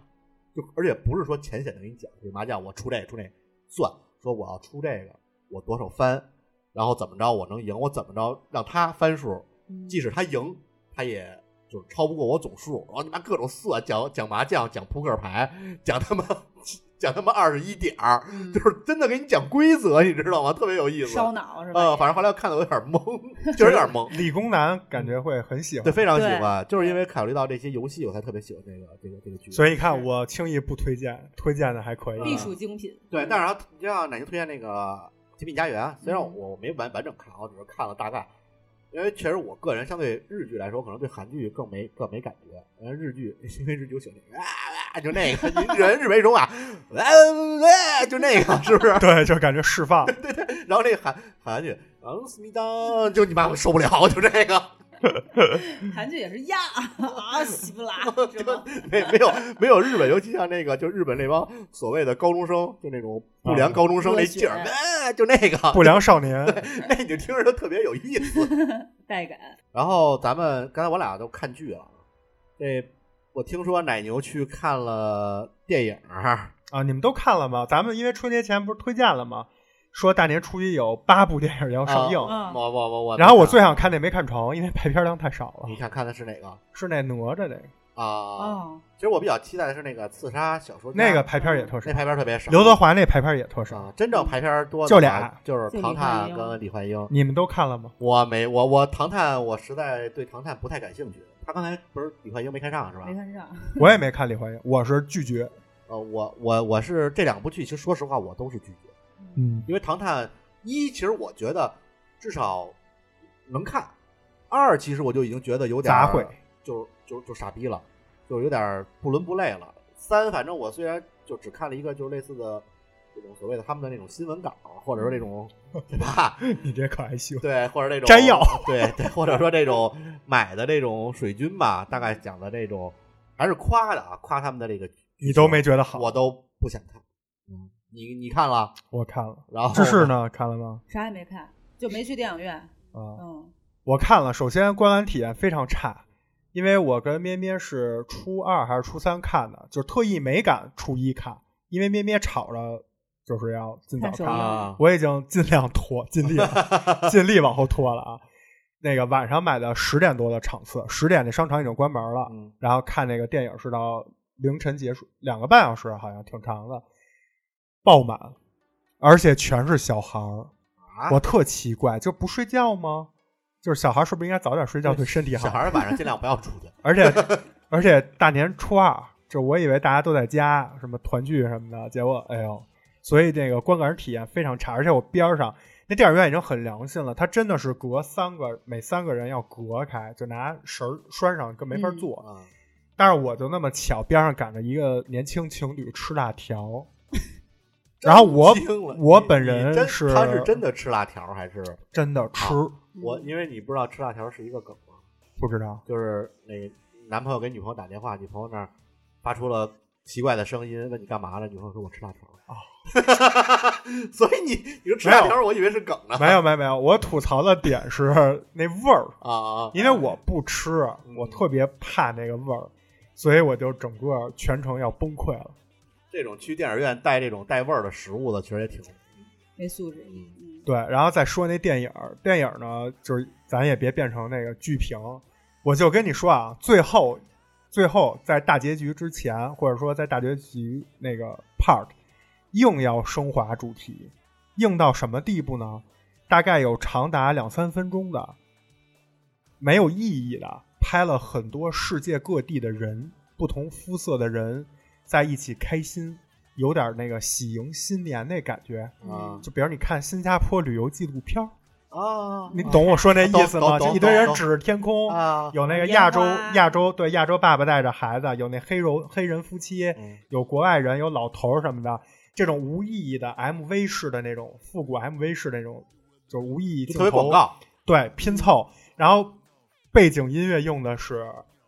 就而且不是说浅显的给你讲这个麻将我出这个出那个算，说我要出这个我多少翻，然后怎么着我能赢，我怎么着让他翻数，即使他赢他也就是超不过我总数，然后你妈各种色讲讲麻将讲扑克牌讲他妈讲他妈二十一点儿、嗯，就是真的给你讲规则，你知道吗？特别有意思， 烧脑是吧？ 呃，反正后来看的有点懵，就是有点懵。 理工男感觉会很喜欢， 对，非常喜欢，就是因为考虑到这些游戏，我才特别喜欢这个这个这个剧。 所以你看，我轻易不推荐，推荐的还可以， 必属精品。 对，但是你像奶牛推荐那个《极品家园》，虽然我没完完整看，我只是看了大概。因为确实，我个人相对日剧来说，可能对韩剧更没更没感觉。因为日剧，因为日剧有喜欢那个啊，就那个人日为中啊，啊，就那个是不是？ 对，就感觉释放。 对对。然后那个韩韩剧，啊，思密达，就你妈我受不了，就这个。 韩剧也是呀啊，稀不拉， 没没有没有日本，尤其像那个，就日本那帮所谓的高中生，就那种不良高中生那劲儿，哎，就那个不良少年， 那你就听着都特别有意思， 带感。 然后咱们刚才我俩都看剧了，这我听说奶牛去看了电影啊，你们都看了吗？咱们因为春节前不是推荐了吗？说大年初一有八部电影要上映， 我我我我， 然后我最想看那没看成，因为排片量太少了。 你看看的是哪个？ 是那哪吒那个啊。哦，其实我比较期待的是那个刺杀小说家， 那个排片也特少， 那排片特别少。 刘德华那排片也特少， 啊、真正排片多的就俩， 就是唐探跟李焕英。 你们都看了吗？ 我没，我我唐探，我实在对唐探不太感兴趣。他刚才不是李焕英没看上是吧？ 没看上， 我也没看李焕英，我是拒绝。 呃，我我我是这两部剧，其实说实话我都是拒绝。 嗯， 因为唐探一，其实我觉得至少能看；二，其实我就已经觉得有点杂烩， 就就就傻逼了，就有点不伦不类了。三，反正我虽然就只看了一个，就是类似的这种所谓的他们的那种新闻稿，或者说这种对吧？ 你这可还行。 对，或者这种摘要， 对对，或者说这种买的这种水军吧，大概讲的这种还是夸的啊，夸他们的这个， 你都没觉得好， 我都不想看。嗯。你你看了？ 我看了。 然后芝士呢？看了吗？ 啥也没看，就没去电影院。 啊， 嗯， 我看了。首先观感体验非常差，因为我跟咩咩是初二还是初三看的，就特意没赶初一看，因为咩咩吵着就是要尽早看， 啊、 我已经尽量拖，尽力了，尽力往后拖了啊。那个晚上买的十点多的场次，十点那商场已经关门了， 嗯、 然后看那个电影是到凌晨结束，两个半小时，好像挺长的。爆满，而且全是小孩儿、啊，我特奇怪，就不睡觉吗？就是小孩是不是应该早点睡觉对身体好？ 小孩晚上尽量不要出去。 而且而且大年初二，就我以为大家都在家，什么团聚什么的，结果哎呦，所以这个观感体验非常差。而且我边上那电影院已经很良心了，它真的是隔三个，每三个人要隔开，就拿绳拴上，更没法坐、 嗯嗯。 但是我就那么巧，边上赶着一个年轻情侣吃辣条。然后我我本人是他是真的吃辣条还是真的吃、啊？ 我因为你不知道吃辣条是一个梗吗？ 不知道， 就是那男朋友给女朋友打电话，女朋友那儿发出了奇怪的声音，问你干嘛了？女朋友说我吃辣条啊。哦、所以你你说吃辣条，我以为是梗呢。 没有没有没有，我吐槽的点是那味儿啊， 因为我不吃，我特别怕那个味儿，所以我就整个全程要崩溃了。 这种去电影院带这种带味儿的食物的，其实也挺没素质。 嗯， 对。然后再说那电影，电影呢，就是咱也别变成那个剧评。我就跟你说啊，最后，最后在大结局之前，或者说在大结局那个 part， 硬要升华主题，硬到什么地步呢？大概有长达两三分钟的没有意义的，拍了很多世界各地的人，不同肤色的人。在一起开心，有点那个喜迎新年那感觉啊！ 就比如你看新加坡旅游纪录片啊， 你懂我说那意思吗？就一堆人指着天空啊， 有那个亚洲亚洲对亚洲爸爸带着孩子，有那黑人黑人夫妻、嗯，有国外人，有老头什么的，这种无意义的 M V 式的那种复古 M V 式的那种，就无意义镜头， 特别广告， 对拼凑，然后背景音乐用的是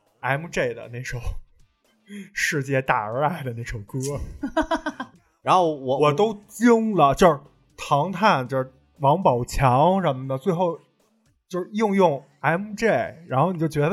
M J 的那首。世界大而爱的那首歌， 然后我我都惊了，就是唐探，就是王宝强什么的，最后就是应用 M J， 然后你就觉得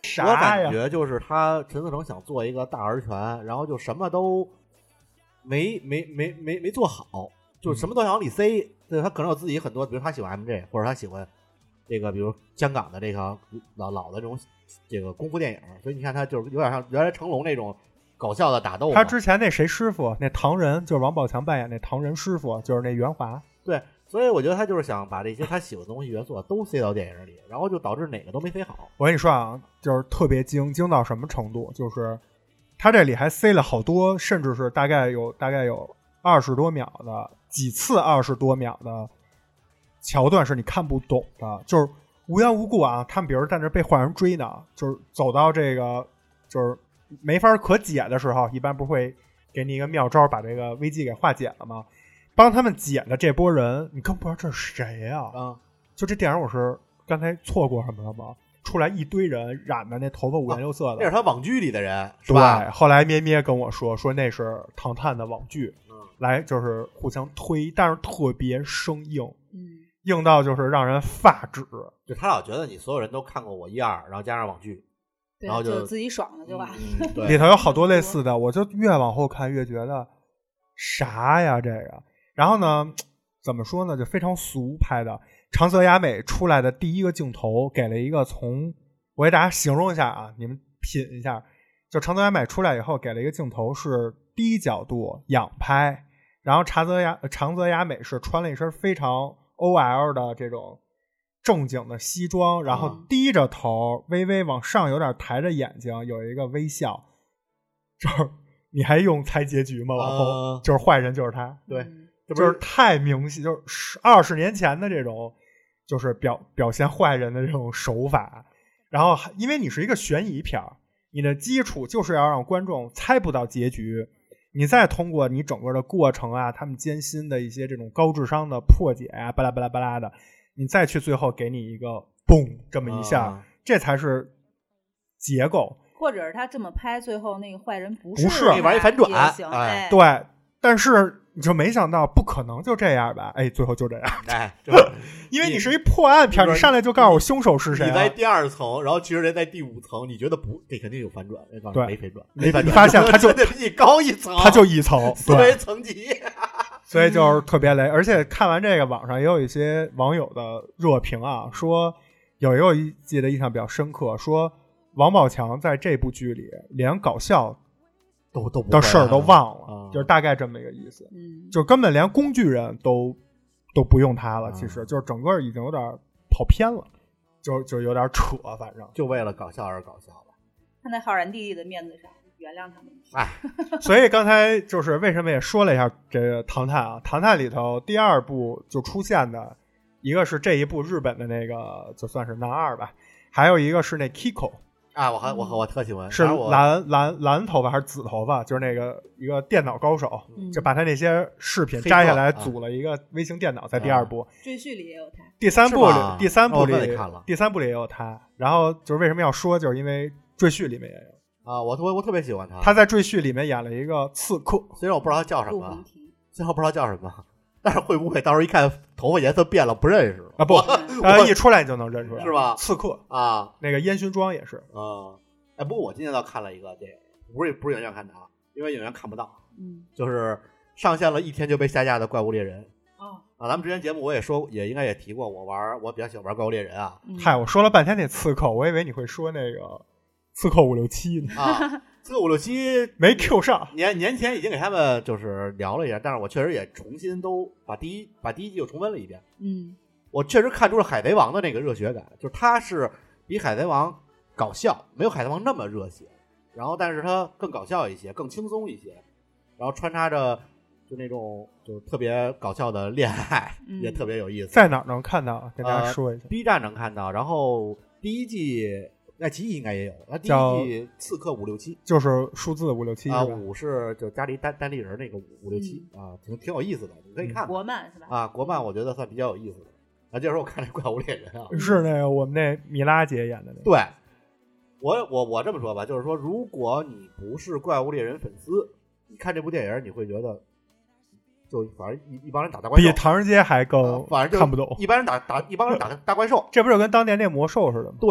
啥我感呀？ 觉就是他陈思诚想做一个大而全，然后就什么都没没没没没做好，就什么都想往里塞。对，他可能有自己很多，比如他喜欢 M J， 或者他喜欢这个，比如香港的这个老老的这种这个功夫电影，所以你看他就是有点像原来成龙那种搞笑的打斗。 他之前那谁师傅，那唐人就是王宝强扮演那唐人师傅，就是那袁华。 对，所以我觉得他就是想把这些他喜欢的东西元素都塞到电影里，然后就导致哪个都没塞好。 我跟你说啊，就是特别精精到什么程度，就是他这里还塞了好多，甚至是大概有大概有二十多秒的几次二十多秒的桥段是你看不懂的，就是无缘无故啊，他们比如在那被坏人追呢，就是走到这个就是没法可解的时候，一般不会给你一个妙招把这个危机给化解了吗？帮他们解的这波人，你更不知道这是谁呀、啊？ 啊， 就这电影，我是刚才错过什么了吗？出来一堆人染的那头发五颜六色的， 那是他网剧里的人，是对吧？。 后来咩咩跟我说，说那是唐探的网剧， 嗯， 来就是互相推，但是特别生硬， 嗯， 硬到就是让人发指。 就他老觉得你所有人都看过我一二，然后加上网剧， 对， 然后就就自己爽了就完了。 嗯， 里对， 头有好多类似的，我就越往后看越觉得啥呀这个。然后呢，怎么说呢，就非常俗拍的。长泽雅美出来的第一个镜头，给了一个从我给大家形容一下啊，你们品一下。就长泽雅美出来以后，给了一个镜头是低角度仰拍，然后长泽雅长泽雅美是穿了一身非常 O L 的这种正经的西装，然后低着头，微微往上，有点抬着眼睛，有一个微笑。就是你还用猜结局吗？往后、 呃、 就是坏人就是他， 对， 嗯这不就是太明显，就是二十年前的这种，就是表表现坏人的这种手法。然后因为你是一个悬疑片，你的基础就是要让观众猜不到结局，你再通过你整个的过程啊，他们艰辛的一些这种高智商的破解啊，巴拉巴拉巴拉的，你再去最后给你一个嘣这么一下， 啊、 这才是结构。 或者是他这么拍，最后那个坏人不不是他玩一反转也行， 哎哎， 对，但是你就没想到不可能就这样吧？哎，最后就这样， 哎，就是因为你是一破案片，你上来就告诉我凶手是谁、啊。 你在第二层，然后其实人在第五层，你觉得不，这肯定有反转， 对， 没反转，没反转， 你发现他就比你高一层， 他就一层， 思维层级， 所以就是特别雷。而且看完这个，网上也有一些网友的热评啊，说有一个一记得印象比较深刻，说王宝强在这部剧里连搞笑都都的事儿都忘了， 啊、 就是大概这么一个意思。 嗯， 就根本连工具人都都不用他了， 啊、 其实就是整个已经有点跑偏了，就就有点扯，反正就为了搞笑而搞笑吧。 看在浩然弟弟的面子上，原谅他们。 哎， 所以刚才就是为什么也说了一下这个《唐探》啊，《唐探》里头第二部就出现的一个是这一部日本的那个就算是男二吧，还有一个是那 Kiko。 啊，我还我我特喜欢， 是蓝蓝蓝头发还是紫头发？就是那个一个电脑高手， 嗯、 就把他那些视频摘下来，组了一个微型电脑，在第二部。 赘婿里也有他， 第三部里，第三部里， 哦、 第三部里也有他。然后就是为什么要说，就是因为赘婿里面也有啊，我我我特别喜欢他。 他在赘婿里面演了一个刺客， 虽然我不知道他叫什么，虽然我不知道叫什么。但是会不会到时候一看头发颜色变了不认识啊？不，呃，一出来你就能认出来， 是吧？ 刺客啊， 那个烟熏妆也是啊。哎，不过我今天倒看了一个电影，不是不是影院看的啊，因为影院看不到。 嗯， 就是上线了一天就被下架的《怪物猎人》 哦啊。咱们之前节目我也说，也应该也提过，我玩我比较喜欢玩《怪物猎人》啊。 嗯、 嗨，我说了半天那刺客，我以为你会说那个刺客五六七呢啊。刺客五六七没 Q 上， 年年前已经给他们就是聊了一下，但是我确实也重新都把第一把第一季又重温了一遍。 嗯， 我确实看出了海贼王的那个热血感，就是它是比海贼王搞笑，没有海贼王那么热血，然后但是它更搞笑一些，更轻松一些，然后穿插着就那种就特别搞笑的恋爱， 嗯、 也特别有意思。 在哪儿能看到？跟大家说一下、 呃、，B 站能看到，然后第一季。爱奇艺应该也有，那第一季刺客五六七就是数字五六七啊，五是就家里单单立人那个五五六七嗯啊，挺挺有意思的，你可以看看。 国漫是吧？ 啊，国漫我觉得算比较有意思的。啊，就是我看这怪物猎人啊， 是那个我们那米拉姐演的那个。 对，我我我这么说吧，就是说，如果你不是怪物猎人粉丝，你看这部电影，你会觉得。就反正一一帮人打大怪兽， 比唐人街还更、 啊、反正看不懂。 一般人打打一帮人打大怪兽， 这不是跟当年那魔兽似的吗？ 对，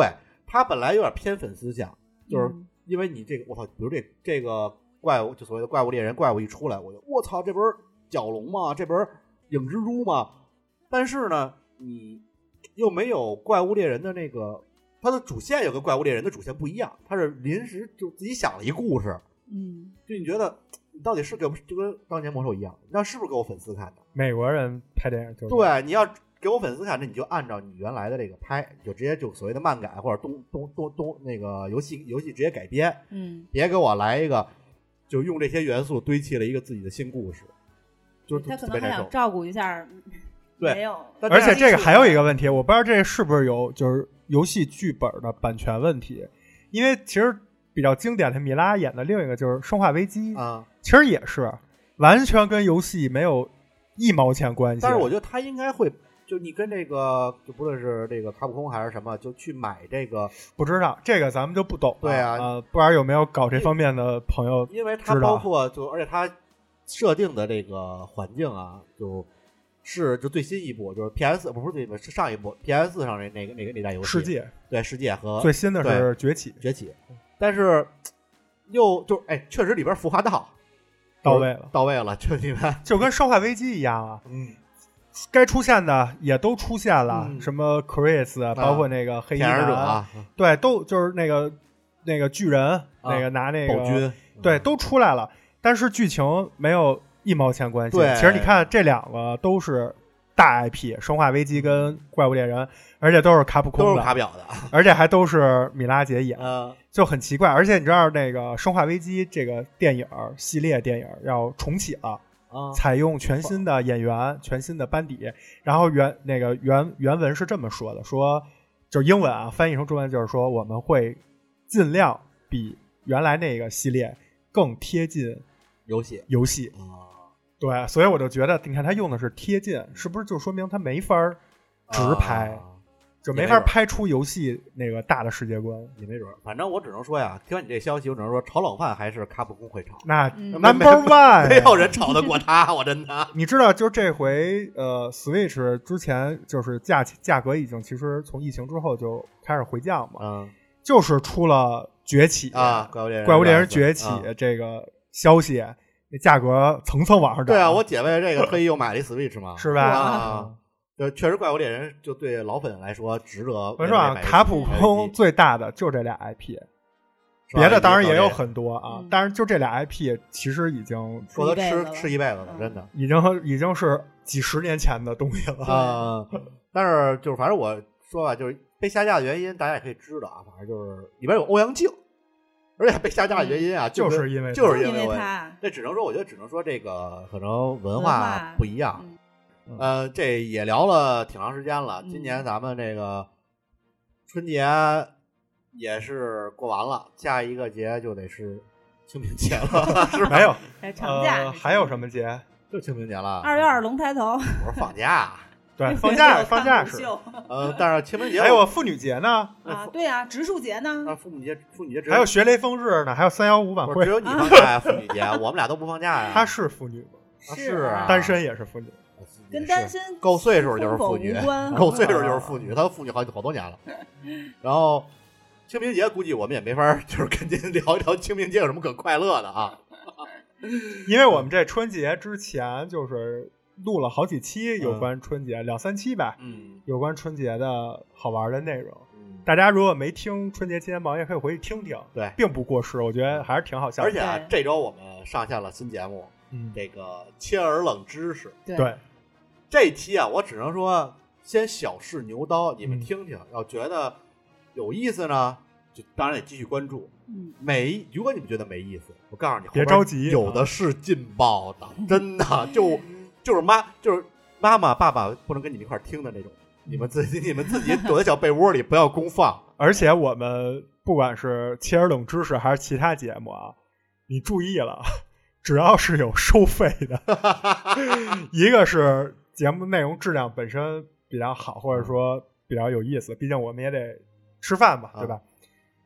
他本来有点偏粉丝向，就是因为你这个我操，比如这这个怪物，就所谓的怪物猎人怪物一出来，我就我操，这不是角龙吗？这不是影蜘蛛吗？但是呢，你又没有怪物猎人的那个，它的主线有跟怪物猎人的主线不一样，它是临时就自己想了一故事， 嗯， 就你觉得你到底是给我就跟当年魔兽一样，那是不是给我粉丝看的？ 美国人拍电影就是对，你要给我粉丝看，那你就按照你原来的这个拍，就直接就所谓的漫改或者东东东东那个游戏游戏直接改编， 嗯， 别给我来一个就用这些元素堆砌了一个自己的新故事，就是他可能还想照顾一下， 对， 没有。 而且这个还有一个问题，我不知道这个是不是有就是游戏剧本的版权问题，因为其实比较经典的米拉演的另一个就是《生化危机》 啊， 其实也是完全跟游戏没有一毛钱关系。 但是我觉得他应该会。就你跟这个，就不论是这个卡普空还是什么，就去买这个， 不知道这个咱们就不懂了。 对啊， 呃，不知道有没有搞这方面的朋友知道？ 因为它包括就，而且它设定的这个环境啊，就是就最新一部，就是 P S 不是最是上一部 P S 上那那个那个那代游戏世界， 对世界和最新的是崛起， 崛起，但是又就哎，确实里边孵化道到位了， 到位了，就你们就跟生化危机一样啊， 嗯。 该出现的也都出现了， 嗯、 什么 Chris，、啊、包括那个黑衣男， 者啊， 对，都就是那个那个巨人，啊、那个拿那个暴君， 对，都出来了。但是剧情没有一毛钱关系。 对， 其实你看这两个都是大 I P， 生化危机跟怪物猎人，而且都是卡普空的， 都是卡表的， 而且还都是米拉姐演， 嗯、 就很奇怪。而且你知道那个生化危机这个电影系列电影要重启了。采用全新的演员、全新的班底，然后原那个原原文是这么说的，说就是英文啊，翻译成中文就是说我们会尽量比原来那个系列更贴近游戏游戏啊， 对，所以我就觉得，你看他用的是贴近，是不是就说明他没法直拍？啊就没法拍出游戏那个大的世界观， 也没准。反正我只能说呀，听完你这消息，我只能说炒冷饭还是卡普空会炒。 那 number one 没有人炒得过他，我真的。 你知道，就这回呃 ，Switch 之前就是价价格已经其实从疫情之后就开始回降嘛， 嗯， 就是出了崛起啊，怪物猎人怪物猎人崛起这个消息，那价格层层往上涨。 对啊，我姐为这个特意又买了一 Switch 嘛， 是吧？ 啊。就确实，怪物猎人就对老粉来说值得。 我说啊，卡普空最大的就这俩 I P， 别的当然也有很多啊，嗯、但是就这俩 I P 其实已经说他吃吃一辈子了，真的， 已经已经是几十年前的东西了啊、嗯。但是就是反正我说吧，就是被下架的原因，大家也可以知道啊，反正就是里边有欧阳靖，而且被下架的原因啊， 嗯、就是因为就是因为他， 那只能说，我觉得只能说这个可能文化不一样。 嗯呃，这也聊了挺长时间了。今年咱们这个春节也是过完了，下一个节就得是清明节了，是没有长假、 呃，还有什么节？ 就清明节了。 二月二龙抬头， 我说放假， 对，放假放假是。 呃，但是清明节还有妇女节呢啊，对啊，植树节呢， 啊，妇女节，妇女节还有学雷锋日呢，还有三幺五晚会。 只有你放假呀，妇女节，我们俩都不放假呀。 她是妇女吗？ 是啊， 单身也是妇女。 跟单身够岁数就是妇女，够岁数就是妇女，她妇女好好多年了。然后清明节估计我们也没法就是跟您聊一聊清明节有什么可快乐的啊， 因为我们这春节之前就是录了好几期有关春节，嗯、两三期吧， 嗯， 有关春节的好玩的内容。嗯、大家如果没听春节期间榜，也可以回去听听， 对， 并不过时，我觉得还是挺好笑的。 而且啊，这周我们上线了新节目， 嗯， 这个切耳冷知识， 对。 对这期啊，我只能说先小试牛刀，你们听听，嗯、要觉得有意思呢，就当然得继续关注。 嗯， 没，如果你们觉得没意思，我告诉你， 别着急， 有的是劲爆的，真的就就是妈就是妈妈爸爸不能跟你们一块听的那种，你们自己你们自己躲在小被窝里，不要公放。 而且我们不管是切尔冷知识还是其他节目啊，你注意了，只要是有收费的，一个是节目内容质量本身比较好，或者说比较有意思，毕竟我们也得吃饭嘛，对吧？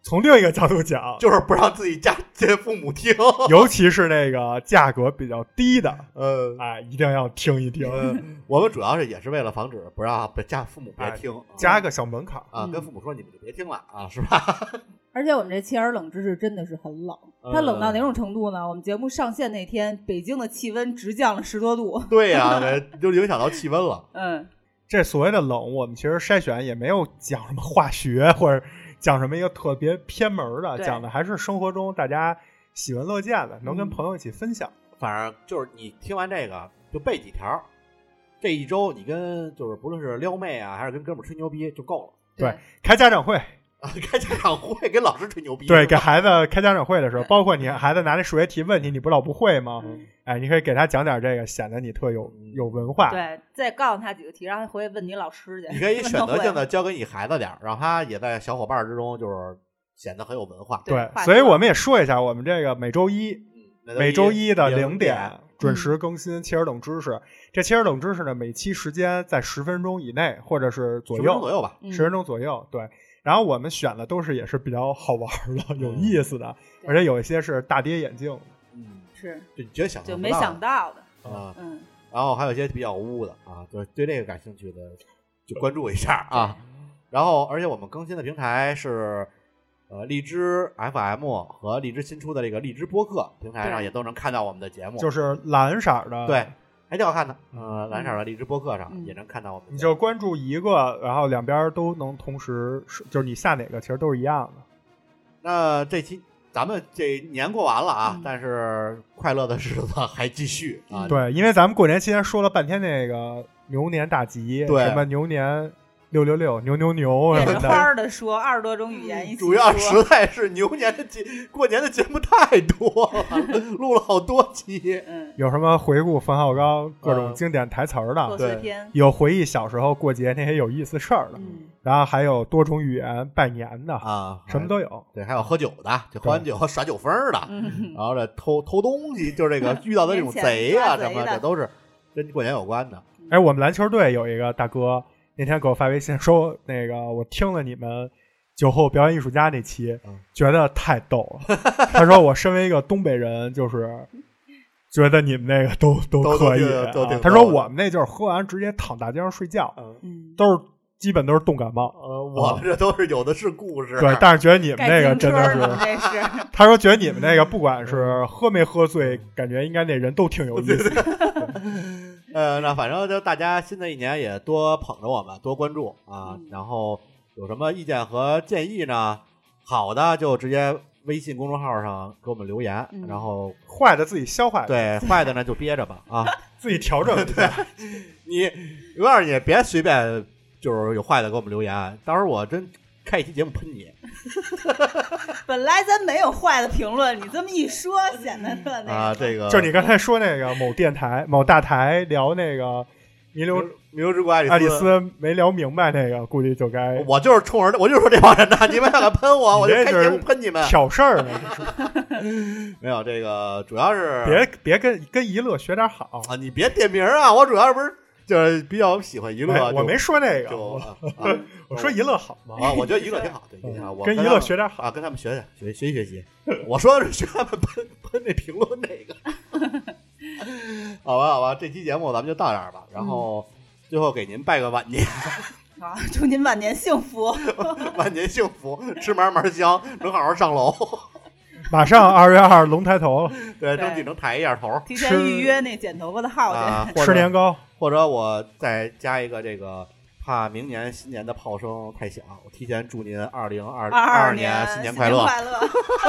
从另一个角度讲， 就是不让自己家这父母听， 尤其是那个价格比较低的， 呃， 哎，一定要听一听。 呃我们主要是也是为了防止不让家父母别听， 加个小门槛啊， 嗯跟父母说你们就别听了啊，是吧？ 而且我们这切尔冷知识真的是很冷，它冷到哪种程度呢？我们节目上线那天，北京的气温直降了十多度。 对呀、啊，就影响到气温了。 嗯， 这所谓的冷，我们其实筛选也没有讲什么化学或者讲什么一个特别偏门的，讲的还是生活中大家喜闻乐见的，能跟朋友一起分享。 嗯、反正就是你听完这个就背几条，这一周你跟就是不论是撩妹啊，还是跟哥们吹牛逼就够了。 对，开家长会。 啊，开家长会跟老师吹牛逼， 对，给孩子开家长会的时候，包括你孩子拿那数学题问题，你不老不会吗？ 嗯、 哎，你可以给他讲点这个，显得你特有有文化。 对，再告诉他几个题，让他回去问你老师去。 你可以选择性的教给你孩子点，让他也在小伙伴之中就是显得很有文化。 对，所以我们也说一下，我们这个每周一， 嗯、 每周一的零点点准时更新切尔等知识。嗯、这切尔等知识呢，每期时间在十分钟以内，或者是左右， 十分钟左右吧， 十分钟左右，对。然后我们选的都是也是比较好玩的、有意思的，而且有一些是大跌眼镜， 嗯， 是， 就你觉得想就没想到的啊， 嗯。 然后还有一些比较污的啊，就是对这个感兴趣的就关注一下啊。然后，而且我们更新的平台是呃荔枝 F M 和荔枝新出的这个荔枝播客平台上也都能看到我们的节目， 就是蓝色的， 对。还挺好看的，呃，蓝色的荔枝播客上也能看到我们。 你就关注一个，然后两边都能同时，就是你下哪个其实都是一样的。 那这期咱们这年过完了啊， 嗯、 但是快乐的日子还继续啊。 对，因为咱们过年期间说了半天那个牛年大吉， 对什么牛年六六六牛牛牛什么的， 变着花的说二十多种语言一起说。 主要实在是牛年的节过年的节目太多了，录了好多期。 嗯， 有什么回顾冯小刚各种经典台词儿的， 贺岁片， 有回忆小时候过节那些有意思事儿的， 嗯， 然后还有多种语言拜年的啊， 什么都有。 对，还有喝酒的，就喝完酒耍酒疯的， 嗯， 然后这偷偷东西，就是这个遇到的这种贼啊什么的，都是跟过年有关的。 哎，我们篮球队有一个大哥。那天给我发微信说，那个我听了你们酒后表演艺术家那期， 嗯、 觉得太逗了。他说我身为一个东北人，就是觉得你们那个都都可以。 都都啊、他说我们那就是喝完直接躺大街上睡觉， 嗯， 都是基本都是冻感冒。 呃，我们这都是有的是故事。 对，但是觉得你们那个真的是， 是他说觉得你们那个不管是喝没喝醉，感觉应该那人都挺有意思的。 呃，那反正就大家新的一年也多捧着我们，多关注啊。嗯、然后有什么意见和建议呢？好的就直接微信公众号上给我们留言， 嗯、 然后坏的自己消化。 对，坏的呢就憋着吧啊， 自己调整。 对，你我告诉你，别随便就是有坏的给我们留言，到时候我真开一期节目喷你。 本来咱没有坏的评论，你这么一说，显得特那个啊，这个就你刚才说那个某电台、某大台聊那个弥留弥留之国爱丽丝， 爱丽丝没聊明白那个，估计就该我就是冲着我就是说这帮人呐，你们要敢喷我，我就开节目喷你们， 挑事儿呢。 没有这个，主要是别别跟跟娱乐学点好啊，你别点名啊，我主要是不是。就是比较喜欢娱乐、 哎，我没说那个， 我、 啊、我说娱乐好嘛啊，我觉得娱乐挺好，对，挺好。我跟娱乐学点好啊，跟他们学学学学习学习。我说的是学他们喷喷那评论那个。好吧，好吧，这期节目咱们就到这儿吧。然后最后给您拜个晚年， 啊，祝您晚年幸福， 晚年幸福，吃嘛嘛香，能好好上楼。 马上二月二龙抬头了， 对，争取能抬一下头。 提前预约那剪头发的号去， 啊、 吃年糕， 或者我再加一个这个，怕明年新年的炮声太响，我提前祝您二零二二年新年快乐， 快乐。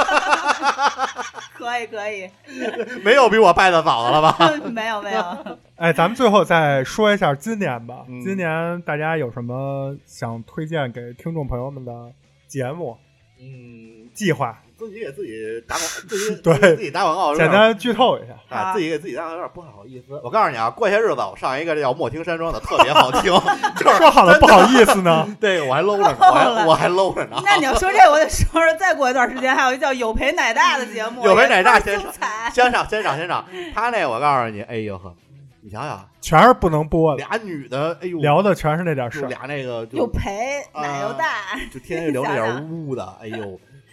可以可以， 没有比我拜的早的了吧？ 没有没有。 哎，咱们最后再说一下今年吧。 嗯、 今年大家有什么想推荐给听众朋友们的节目？ 嗯， 计划。 自己给自己打广，自己对自己打广告， 简单剧透一下啊！自己给自己打广告有点不好意思。我告诉你啊，过些日子我上一个叫莫听山庄的，特别好听。就是说好了不好意思呢， 这个我还搂着呢，我还我还搂着呢。 那你要说这，我得说说，再过一段时间还有一叫有陪奶大的节目， 有陪奶大先上先上先上先上。他那我告诉你，哎呦呵，你想想， 全是不能播的， 俩女的，哎呦， 聊的全是那点事儿， 俩那个又陪奶又大， 就天天就聊那点污的，哎呦。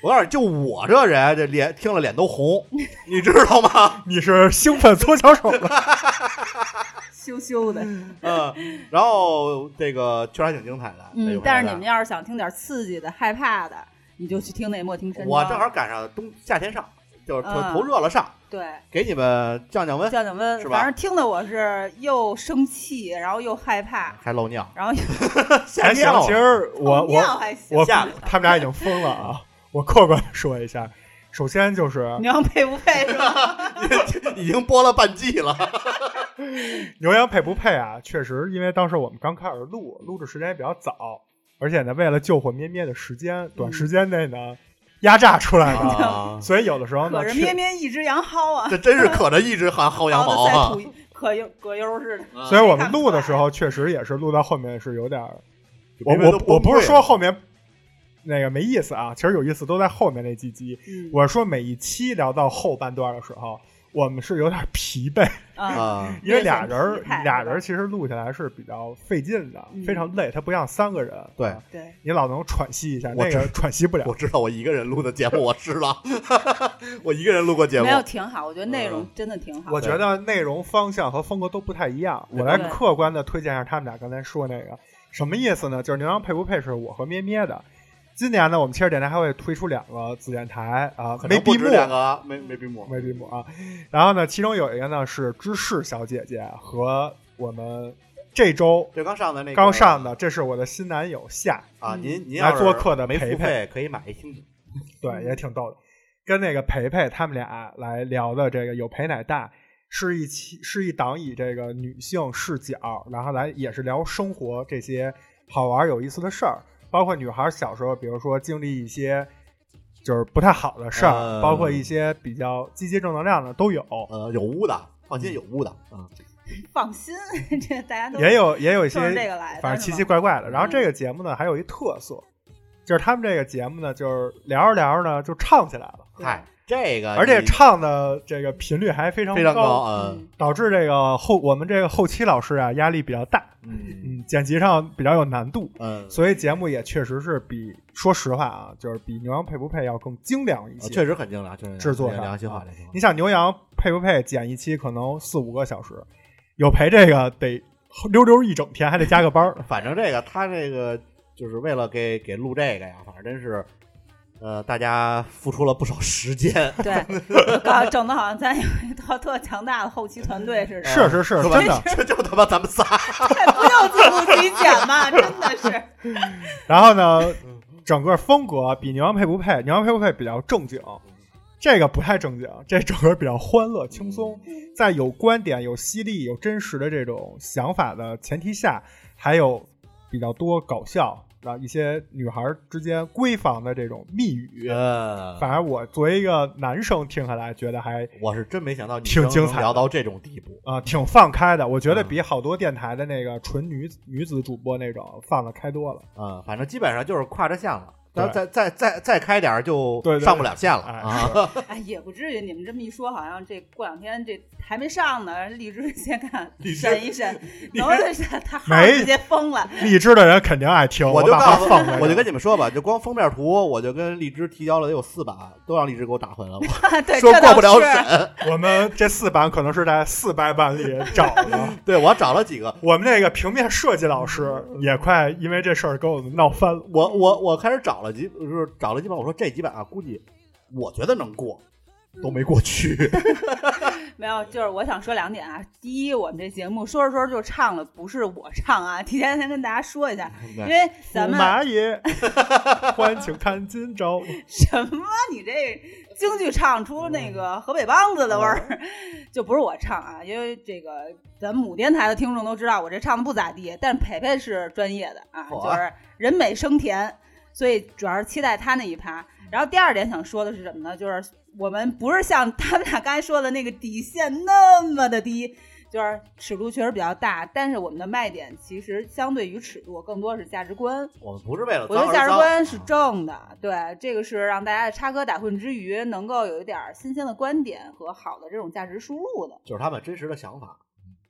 我告诉你，就我这人，这脸听了脸都红，你知道吗？ 你是兴奋搓小手了， 羞羞的。 嗯，然后这个确实还挺精彩的。 嗯，但是你们要是想听点刺激的、害怕的，你就去听那莫听神。 我正好赶上冬夏天上，就是头、嗯、头热了上。对，给你们降降温， 降降温， 是吧？ 反正听的我是又生气，然后又害怕， 还漏尿， 然后还行。其实我我我他们俩已经疯了啊！我客观说一下，首先就是牛羊配不配是吧？ 已经播了半季了。 牛羊配不配啊？确实，因为当时我们刚开始录，录制时间也比较早，而且呢，为了救活咩咩的时间，短时间内呢。嗯压榨出来的、啊，所以有的时候呢， 可着咩咩一只羊薅啊， 这真是可着一只薅薅羊毛啊， 可优葛优似的。 所以我们录的时候，确实也是录到后面是有点，我我我不是说后面那个没意思啊，其实有意思都在后面那几集。嗯、我说每一期聊到后半段的时候，我们是有点疲惫啊， 因为俩人俩人其实录下来是比较费劲的， 嗯、 非常累。它不像三个人， 对对， 你老能喘息一下，那个喘息不了。 我知道我一个人录的节目，我知道，我一个人录过节目， 没有挺好，我觉得内容真的挺好。 我觉得内容方向和风格都不太一样。我来客观的推荐一下他们俩刚才说那个什么意思呢？就是牛羊配不配是我和咩咩的。今年呢，我们切尔电台还会推出两个子电台啊， 没闭幕，两个没没闭幕， 没闭幕啊。然后呢，其中有一个呢是芝士小姐姐和我们这周这刚上的那个刚上的，这是我的新男友夏啊，您您来做客的培培可以买一听听， 对，也挺逗的。跟那个培培他们俩来聊的这个有培奶大，是一期是一档以这个女性视角，然后来也是聊生活这些好玩有意思的事儿。包括女孩小时候，比如说经历一些就是不太好的事儿、呃，包括一些比较积极正能量的都有。 呃，有污的，放心有污的啊、嗯。 放心，这大家都也有也有一些这个来的， 反正奇奇怪怪的。然后这个节目呢，还有一特色，就是他们这个节目呢，就是聊着聊着呢就唱起来了。 嗨。这个， 而且唱的这个频率还非常高， 非常高，嗯， 导致这个后我们这个后期老师啊压力比较大， 嗯嗯，剪辑上比较有难度， 嗯， 所以节目也确实是比说实话啊，就是比牛羊配不配要更精良一些， 确实很精良，就是制作上良心话。 你想牛羊配不配剪一期可能四五个小时，有陪这个得溜溜一整天，还得加个班。 反正这个他这个就是为了给给录这个呀，反正真是。呃，大家付出了不少时间， 对，搞整的好像咱有一套特强大的后期团队似的。 是是是，真的， 这就他妈咱们仨， 不就自顾自己剪吗？真的是。 然后呢，整个风格比牛羊配不配，牛羊配不配比较正经，这个不太正经，这整个比较欢乐轻松，在有观点、有犀利、有真实的这种想法的前提下，还有比较多搞笑。啊，一些女孩之间闺房的这种密语， 呃， 反而我作为一个男生听下来，觉得还我是真没想到你挺精彩， 聊到这种地步啊、呃，挺放开的。我觉得比好多电台的那个纯女女子主播那种放得开多了。 啊、呃，反正基本上就是跨着线了。再再再再再开点就上不了线了啊！ 哎，也不至于。你们这么一说，好像这过两天这还没上呢。荔枝先看审一审，然后他号直接封了。 荔枝的人肯定爱听， 我就告诉放我就跟你们说吧，就光封面图，我就跟荔枝提交了有四版，都让荔枝给我打回来了。 对， 说过不了审。 我们这四版可能是在四百版里找的。 对，我找了几个。 我们那个平面设计老师也快因为这事儿给我们闹翻了。 我我我开始找。找了几，就是找了几版，我说这几版啊，估计我觉得能过，都没过去。 没有，就是我想说两点啊。第一，我们这节目说着说着就唱了，不是我唱啊，提前先跟大家说一下，因为咱们驸马爷欢庆看今朝。 什么？你这京剧唱出那个河北梆子的味儿，就不是我唱啊，因为这个咱们母电台的听众都知道我这唱的不咋地，但培培是专业的啊，就是人美声甜。所以主要是期待他那一趴。然后第二点想说的是什么呢？就是我们不是像他们俩刚才说的那个底线那么的低，就是尺度确实比较大，但是我们的卖点其实相对于尺度更多是价值观。 我们不是为了， 我觉得价值观是正的，对，这个是让大家插科打诨之余能够有一点新鲜的观点和好的这种价值输入的， 就是他们真实的想法。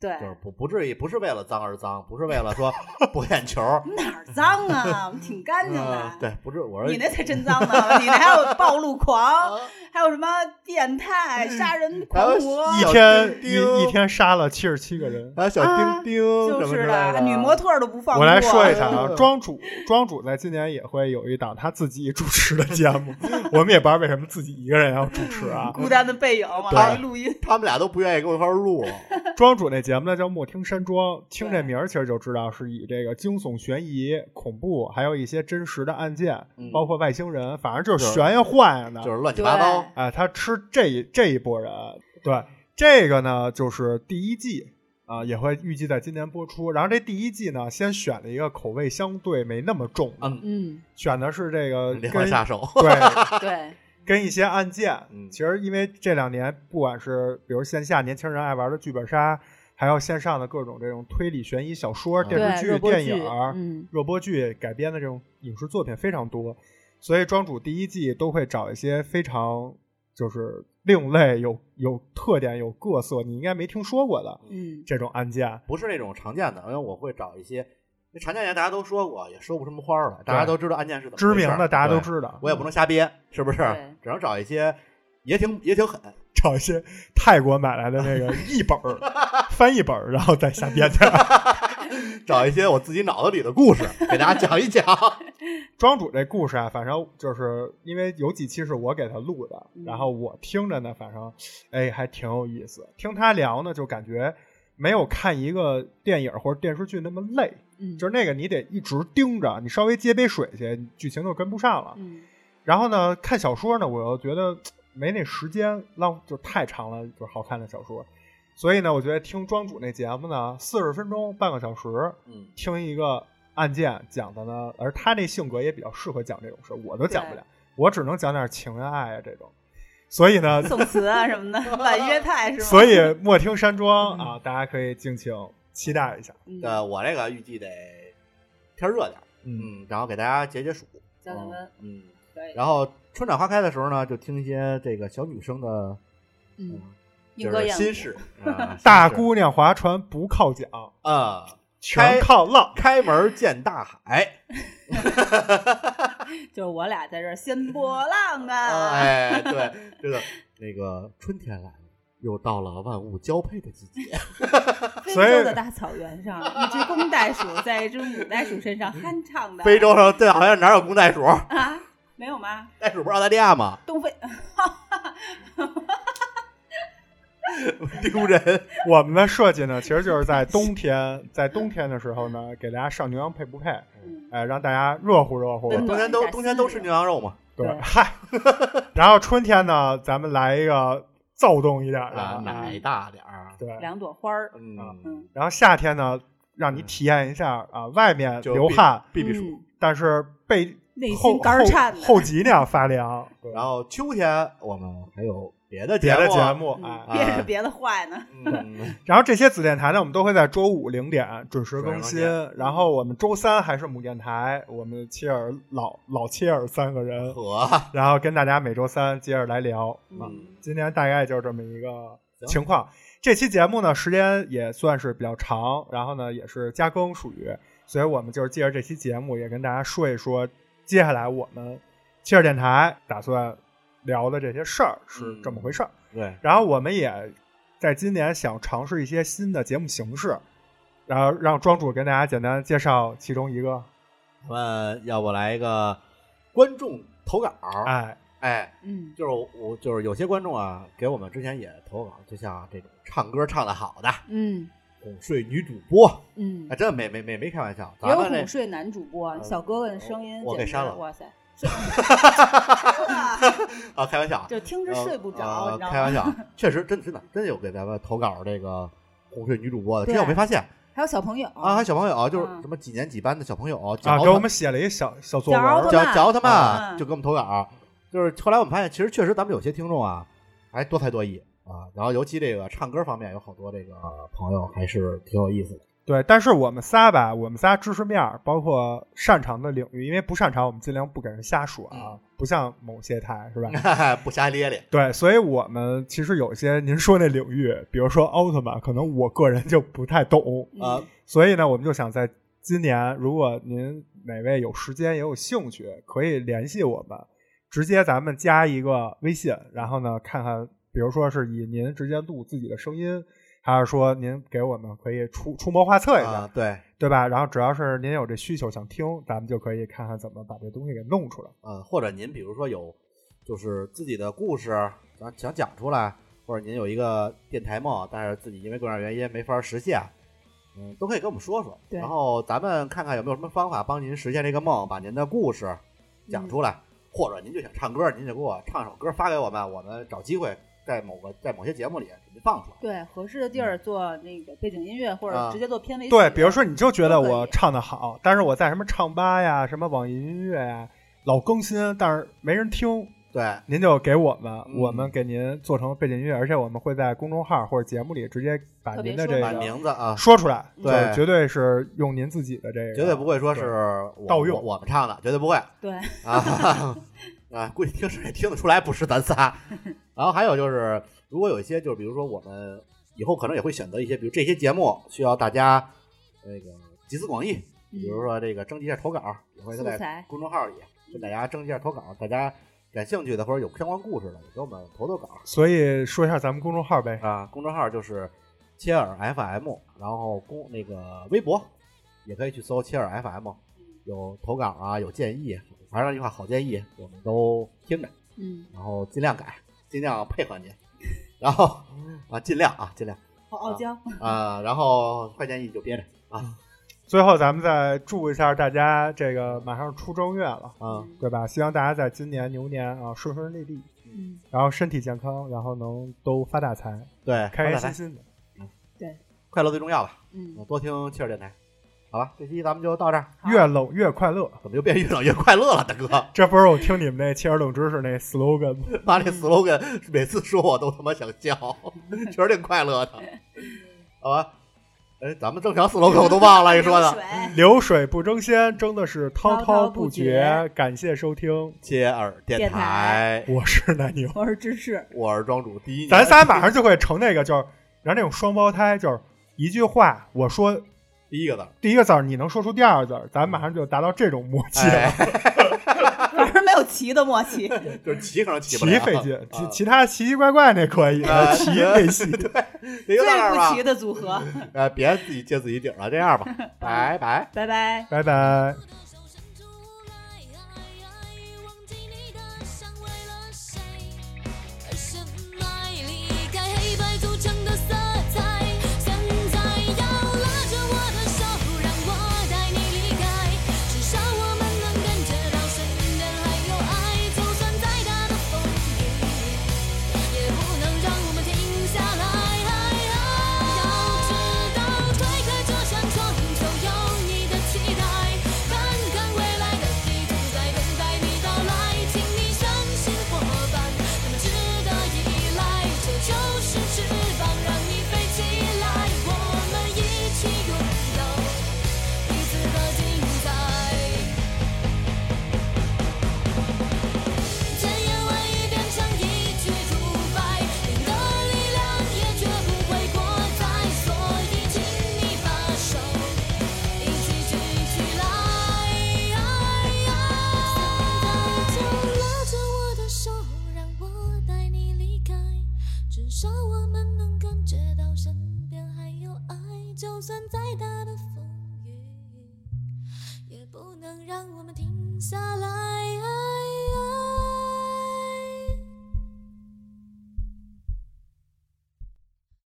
对， 就是不不至于不是为了脏而脏，不是为了说博眼球。 哪儿脏啊？我们挺干净的。 嗯、对，不是我说你那才真脏呢，你那还有暴露狂，还有什么变态、杀人狂魔， 一天一一天杀了七十七个人， 还有小丁丁、 啊，就是的， 女模特都不放过。 我来说一下啊，庄主庄主在今年也会有一档他自己主持的节目，我们也不知道为什么自己一个人要主持啊。 孤单的背影往那里录音， 他们俩都不愿意跟我一块录。 庄主那节目呢叫莫听山庄，听这名儿其实就知道是以这个惊悚、悬疑、恐怖，还有一些真实的案件， 嗯、 包括外星人，反正就是玄幻的， 就是乱七八糟。 哎，他吃这一这一波人，对这个呢就是第一季啊、呃，也会预计在今年播出。然后这第一季呢，先选了一个口味相对没那么重的， 嗯嗯， 选的是这个连环杀手， 对对。 跟一些案件， 嗯， 其实因为这两年不管是比如线下年轻人爱玩的剧本杀，还有线上的各种这种推理悬疑小说、 嗯、 电视剧、电影、 嗯、 热播剧改编的这种影视作品非常多，所以庄主第一季都会找一些非常就是另类、有有特点、有各色，你应该没听说过的， 嗯， 这种案件， 不是那种常见的，因为我会找一些。常见案大家都说过，也说不出什么花来，大家都知道案件是怎么知名的，大家都知道。 我也不能瞎编，是不是？只能找一些也挺也挺狠， 找一些泰国买来的那个译本翻译本，然后再瞎编去。 找一些我自己脑子里的故事给大家讲一讲。 庄主这故事啊，反正就是因为有几期是我给他录的， 嗯、 然后我听着呢，反正哎还挺有意思。听他聊呢，就感觉没有看一个电影或者电视剧那么累。 嗯， 就是那个你得一直盯着，你稍微接杯水去，剧情就跟不上了。 嗯， 然后呢，看小说呢，我又觉得没那时间，浪就太长了，就是好看的小说。所以呢，我觉得听庄主那节目呢，四十分钟半个小时， 嗯， 听一个案件讲的呢，而他那性格也比较适合讲这种事，我都讲不了，我只能讲点情人爱啊这种。所以呢， 宋词啊什么的，婉约派是吧？ 所以莫听山庄啊，大家可以敬请期待一下。 嗯、 呃，我这个预计得天热点，嗯，然后给大家解解暑， 降降温， 嗯， 对。 然后春暖花开的时候呢，就听一些这个小女生的， 嗯， 就是心事，啊、 大姑娘划船不靠桨啊， 全靠浪， 开门见大海。 就是我俩在这儿掀波浪啊！ 哎，对，这个那个春天来了。又到了万物交配的季节， 非洲的大草原上，一只公袋鼠在一只母袋鼠身上酣畅的。 非洲上这好像哪有公袋鼠啊？没有吗？ 袋鼠不是澳大利亚吗？ 东非， 丢人。 我们的设计呢，其实就是在冬天，在冬天的时候呢，给大家上牛羊配不配？ 嗯、 哎，让大家热乎热乎。 冬天都冬天都吃牛羊肉嘛。 对，嗨。然后春天呢，咱们来一个。躁动一点的、 啊，奶大点儿， 对， 两朵花儿， 嗯嗯， 然后夏天呢，让你体验一下啊，外面流汗避避暑， 但是背内心肝颤的后脊梁发凉。 然后秋天我们还有别的别的节目， 哎， 别着别的坏呢。 嗯，然后这些子电台呢，我们都会在周五零点准时更新。然后我们周三还是母电台，我们切尔老老切尔三个人，然后跟大家每周三接着来聊。 嗯， 今天大概就是这么一个情况。这期节目呢，时间也算是比较长，然后呢也是加更属于，所以我们就是借着这期节目，也跟大家说一说接下来我们切尔电台打算聊的这些事儿是这么回事儿、 嗯。对， 然后我们也在今年想尝试一些新的节目形式，然后让庄主跟大家简单介绍其中一个。 我们要不来一个观众投稿？ 哎哎， 嗯， 就是我就是有些观众啊，给我们之前也投稿，就像这种唱歌唱得好的， 嗯， 哄睡女主播， 嗯， 哎，真的没没没没开玩笑， 也有哄睡男主播，呃、小哥哥的声音我给删了， 哇塞！ 啊，开玩笑， 就听着睡不着， 呃你知道吗？ 开玩笑，确实真真的真的有给咱们投稿这个哄睡女主播的，之前我没发现。 还有小朋友啊，还有小朋友，就是什么几年几班的小朋友啊，给我们写了一个小小作文， 教教他们、 嗯， 就给我们投稿。就是后来我们发现，其实确实咱们有些听众啊，还多才多艺啊。然后尤其这个唱歌方面，有好多这个朋友还是挺有意思的。 对，但是我们仨吧，我们仨知识面包括擅长的领域，因为不擅长我们尽量不给人瞎说啊， 嗯、 不像某些台是吧？ 不瞎咧咧。 对，所以我们其实有些您说那领域，比如说奥特曼，可能我个人就不太懂啊、 嗯，所以呢，我们就想在今年，如果您哪位有时间也有兴趣，可以联系我们，直接咱们加一个微信，然后呢，看看，比如说是以您直接录自己的声音。还是说您给我们可以出出谋划策一下、 啊、对对吧？然后只要是您有这需求想听，咱们就可以看看怎么把这东西给弄出来。 嗯，或者您比如说有就是自己的故事想想讲出来，或者您有一个电台梦，但是自己因为各种原因没法实现，嗯，都可以跟我们说说。 对， 然后咱们看看有没有什么方法帮您实现这个梦，把您的故事讲出来，嗯、或者您就想唱歌，您就给我唱首歌发给我们，我们找机会。在某个在某些节目里给放出来， 对合适的地儿做那个背景音乐，或者直接做片尾曲、 啊。对，比如说你就觉得我唱的好，但是我在什么唱吧呀、什么网易音乐呀老更新，但是没人听。 对， 您就给我们， 嗯、 我们给您做成背景音乐，而且我们会在公众号或者节目里直接把您的这个名字啊说出来， 对， 绝对是用您自己的这个， 绝对不会说是盗用我们唱的，绝对不会。 对啊啊，估计听谁也听得出来不是咱仨。然后还有就是。如果有一些就是比如说我们以后可能也会选择一些比如这些节目需要大家那个集思广益，比如说这个征集一下投稿，也会在公众号里跟大家征集一下投稿，大家感兴趣的或者有相关故事的也给我们投投稿。 所以说一下咱们公众号呗啊，公众号就是切尔 F M， 然后公那个微博也可以去搜切尔 F M， 有投稿啊，有建议，反正一句话好建议我们都听着， 嗯， 然后尽量改，尽量配合您。然后啊，尽量啊，尽量好傲娇啊，然后坏建议就憋着啊。 最后咱们再祝一下大家，这个马上出正月了啊， 对吧？希望大家在今年牛年啊顺顺利利， 嗯， 然后身体健康，然后能都发大财， 对， 开开心心的， 嗯， 对， 快乐最重要吧， 嗯， 多听切尔电台。好吧，这期咱们就到这儿。 越冷越快乐， 怎么就变越冷越快乐了，大哥？ 这不是我听你们那切尔冷知识那 slogan 吗？ 妈，那 slogan 每次说我都他妈想笑，确实挺快乐的。好吧，哎，咱们正常 slogan 我都忘了，你说的。 流水不争先，争的是滔滔不绝。绝感谢收听切尔电台， 我是南宁， 我是芝士， 我是庄主。第一年， 咱仨马上就会成那个，就是然后那种双胞胎，就是一句话我说。 第一个字， 第一个字你能说出第二个字，咱马上就达到这种默契了。 哎、 反正没有齐的默契， 就是齐可能齐不了， 齐费劲，其、啊、其他奇奇怪怪那可以， 啊、 齐没戏。 对， 最不齐的组合。 呃，别自己揭自己底了，这样吧，拜拜， 拜拜， 拜拜。 至少我们能感觉到身边还有爱，就算再大的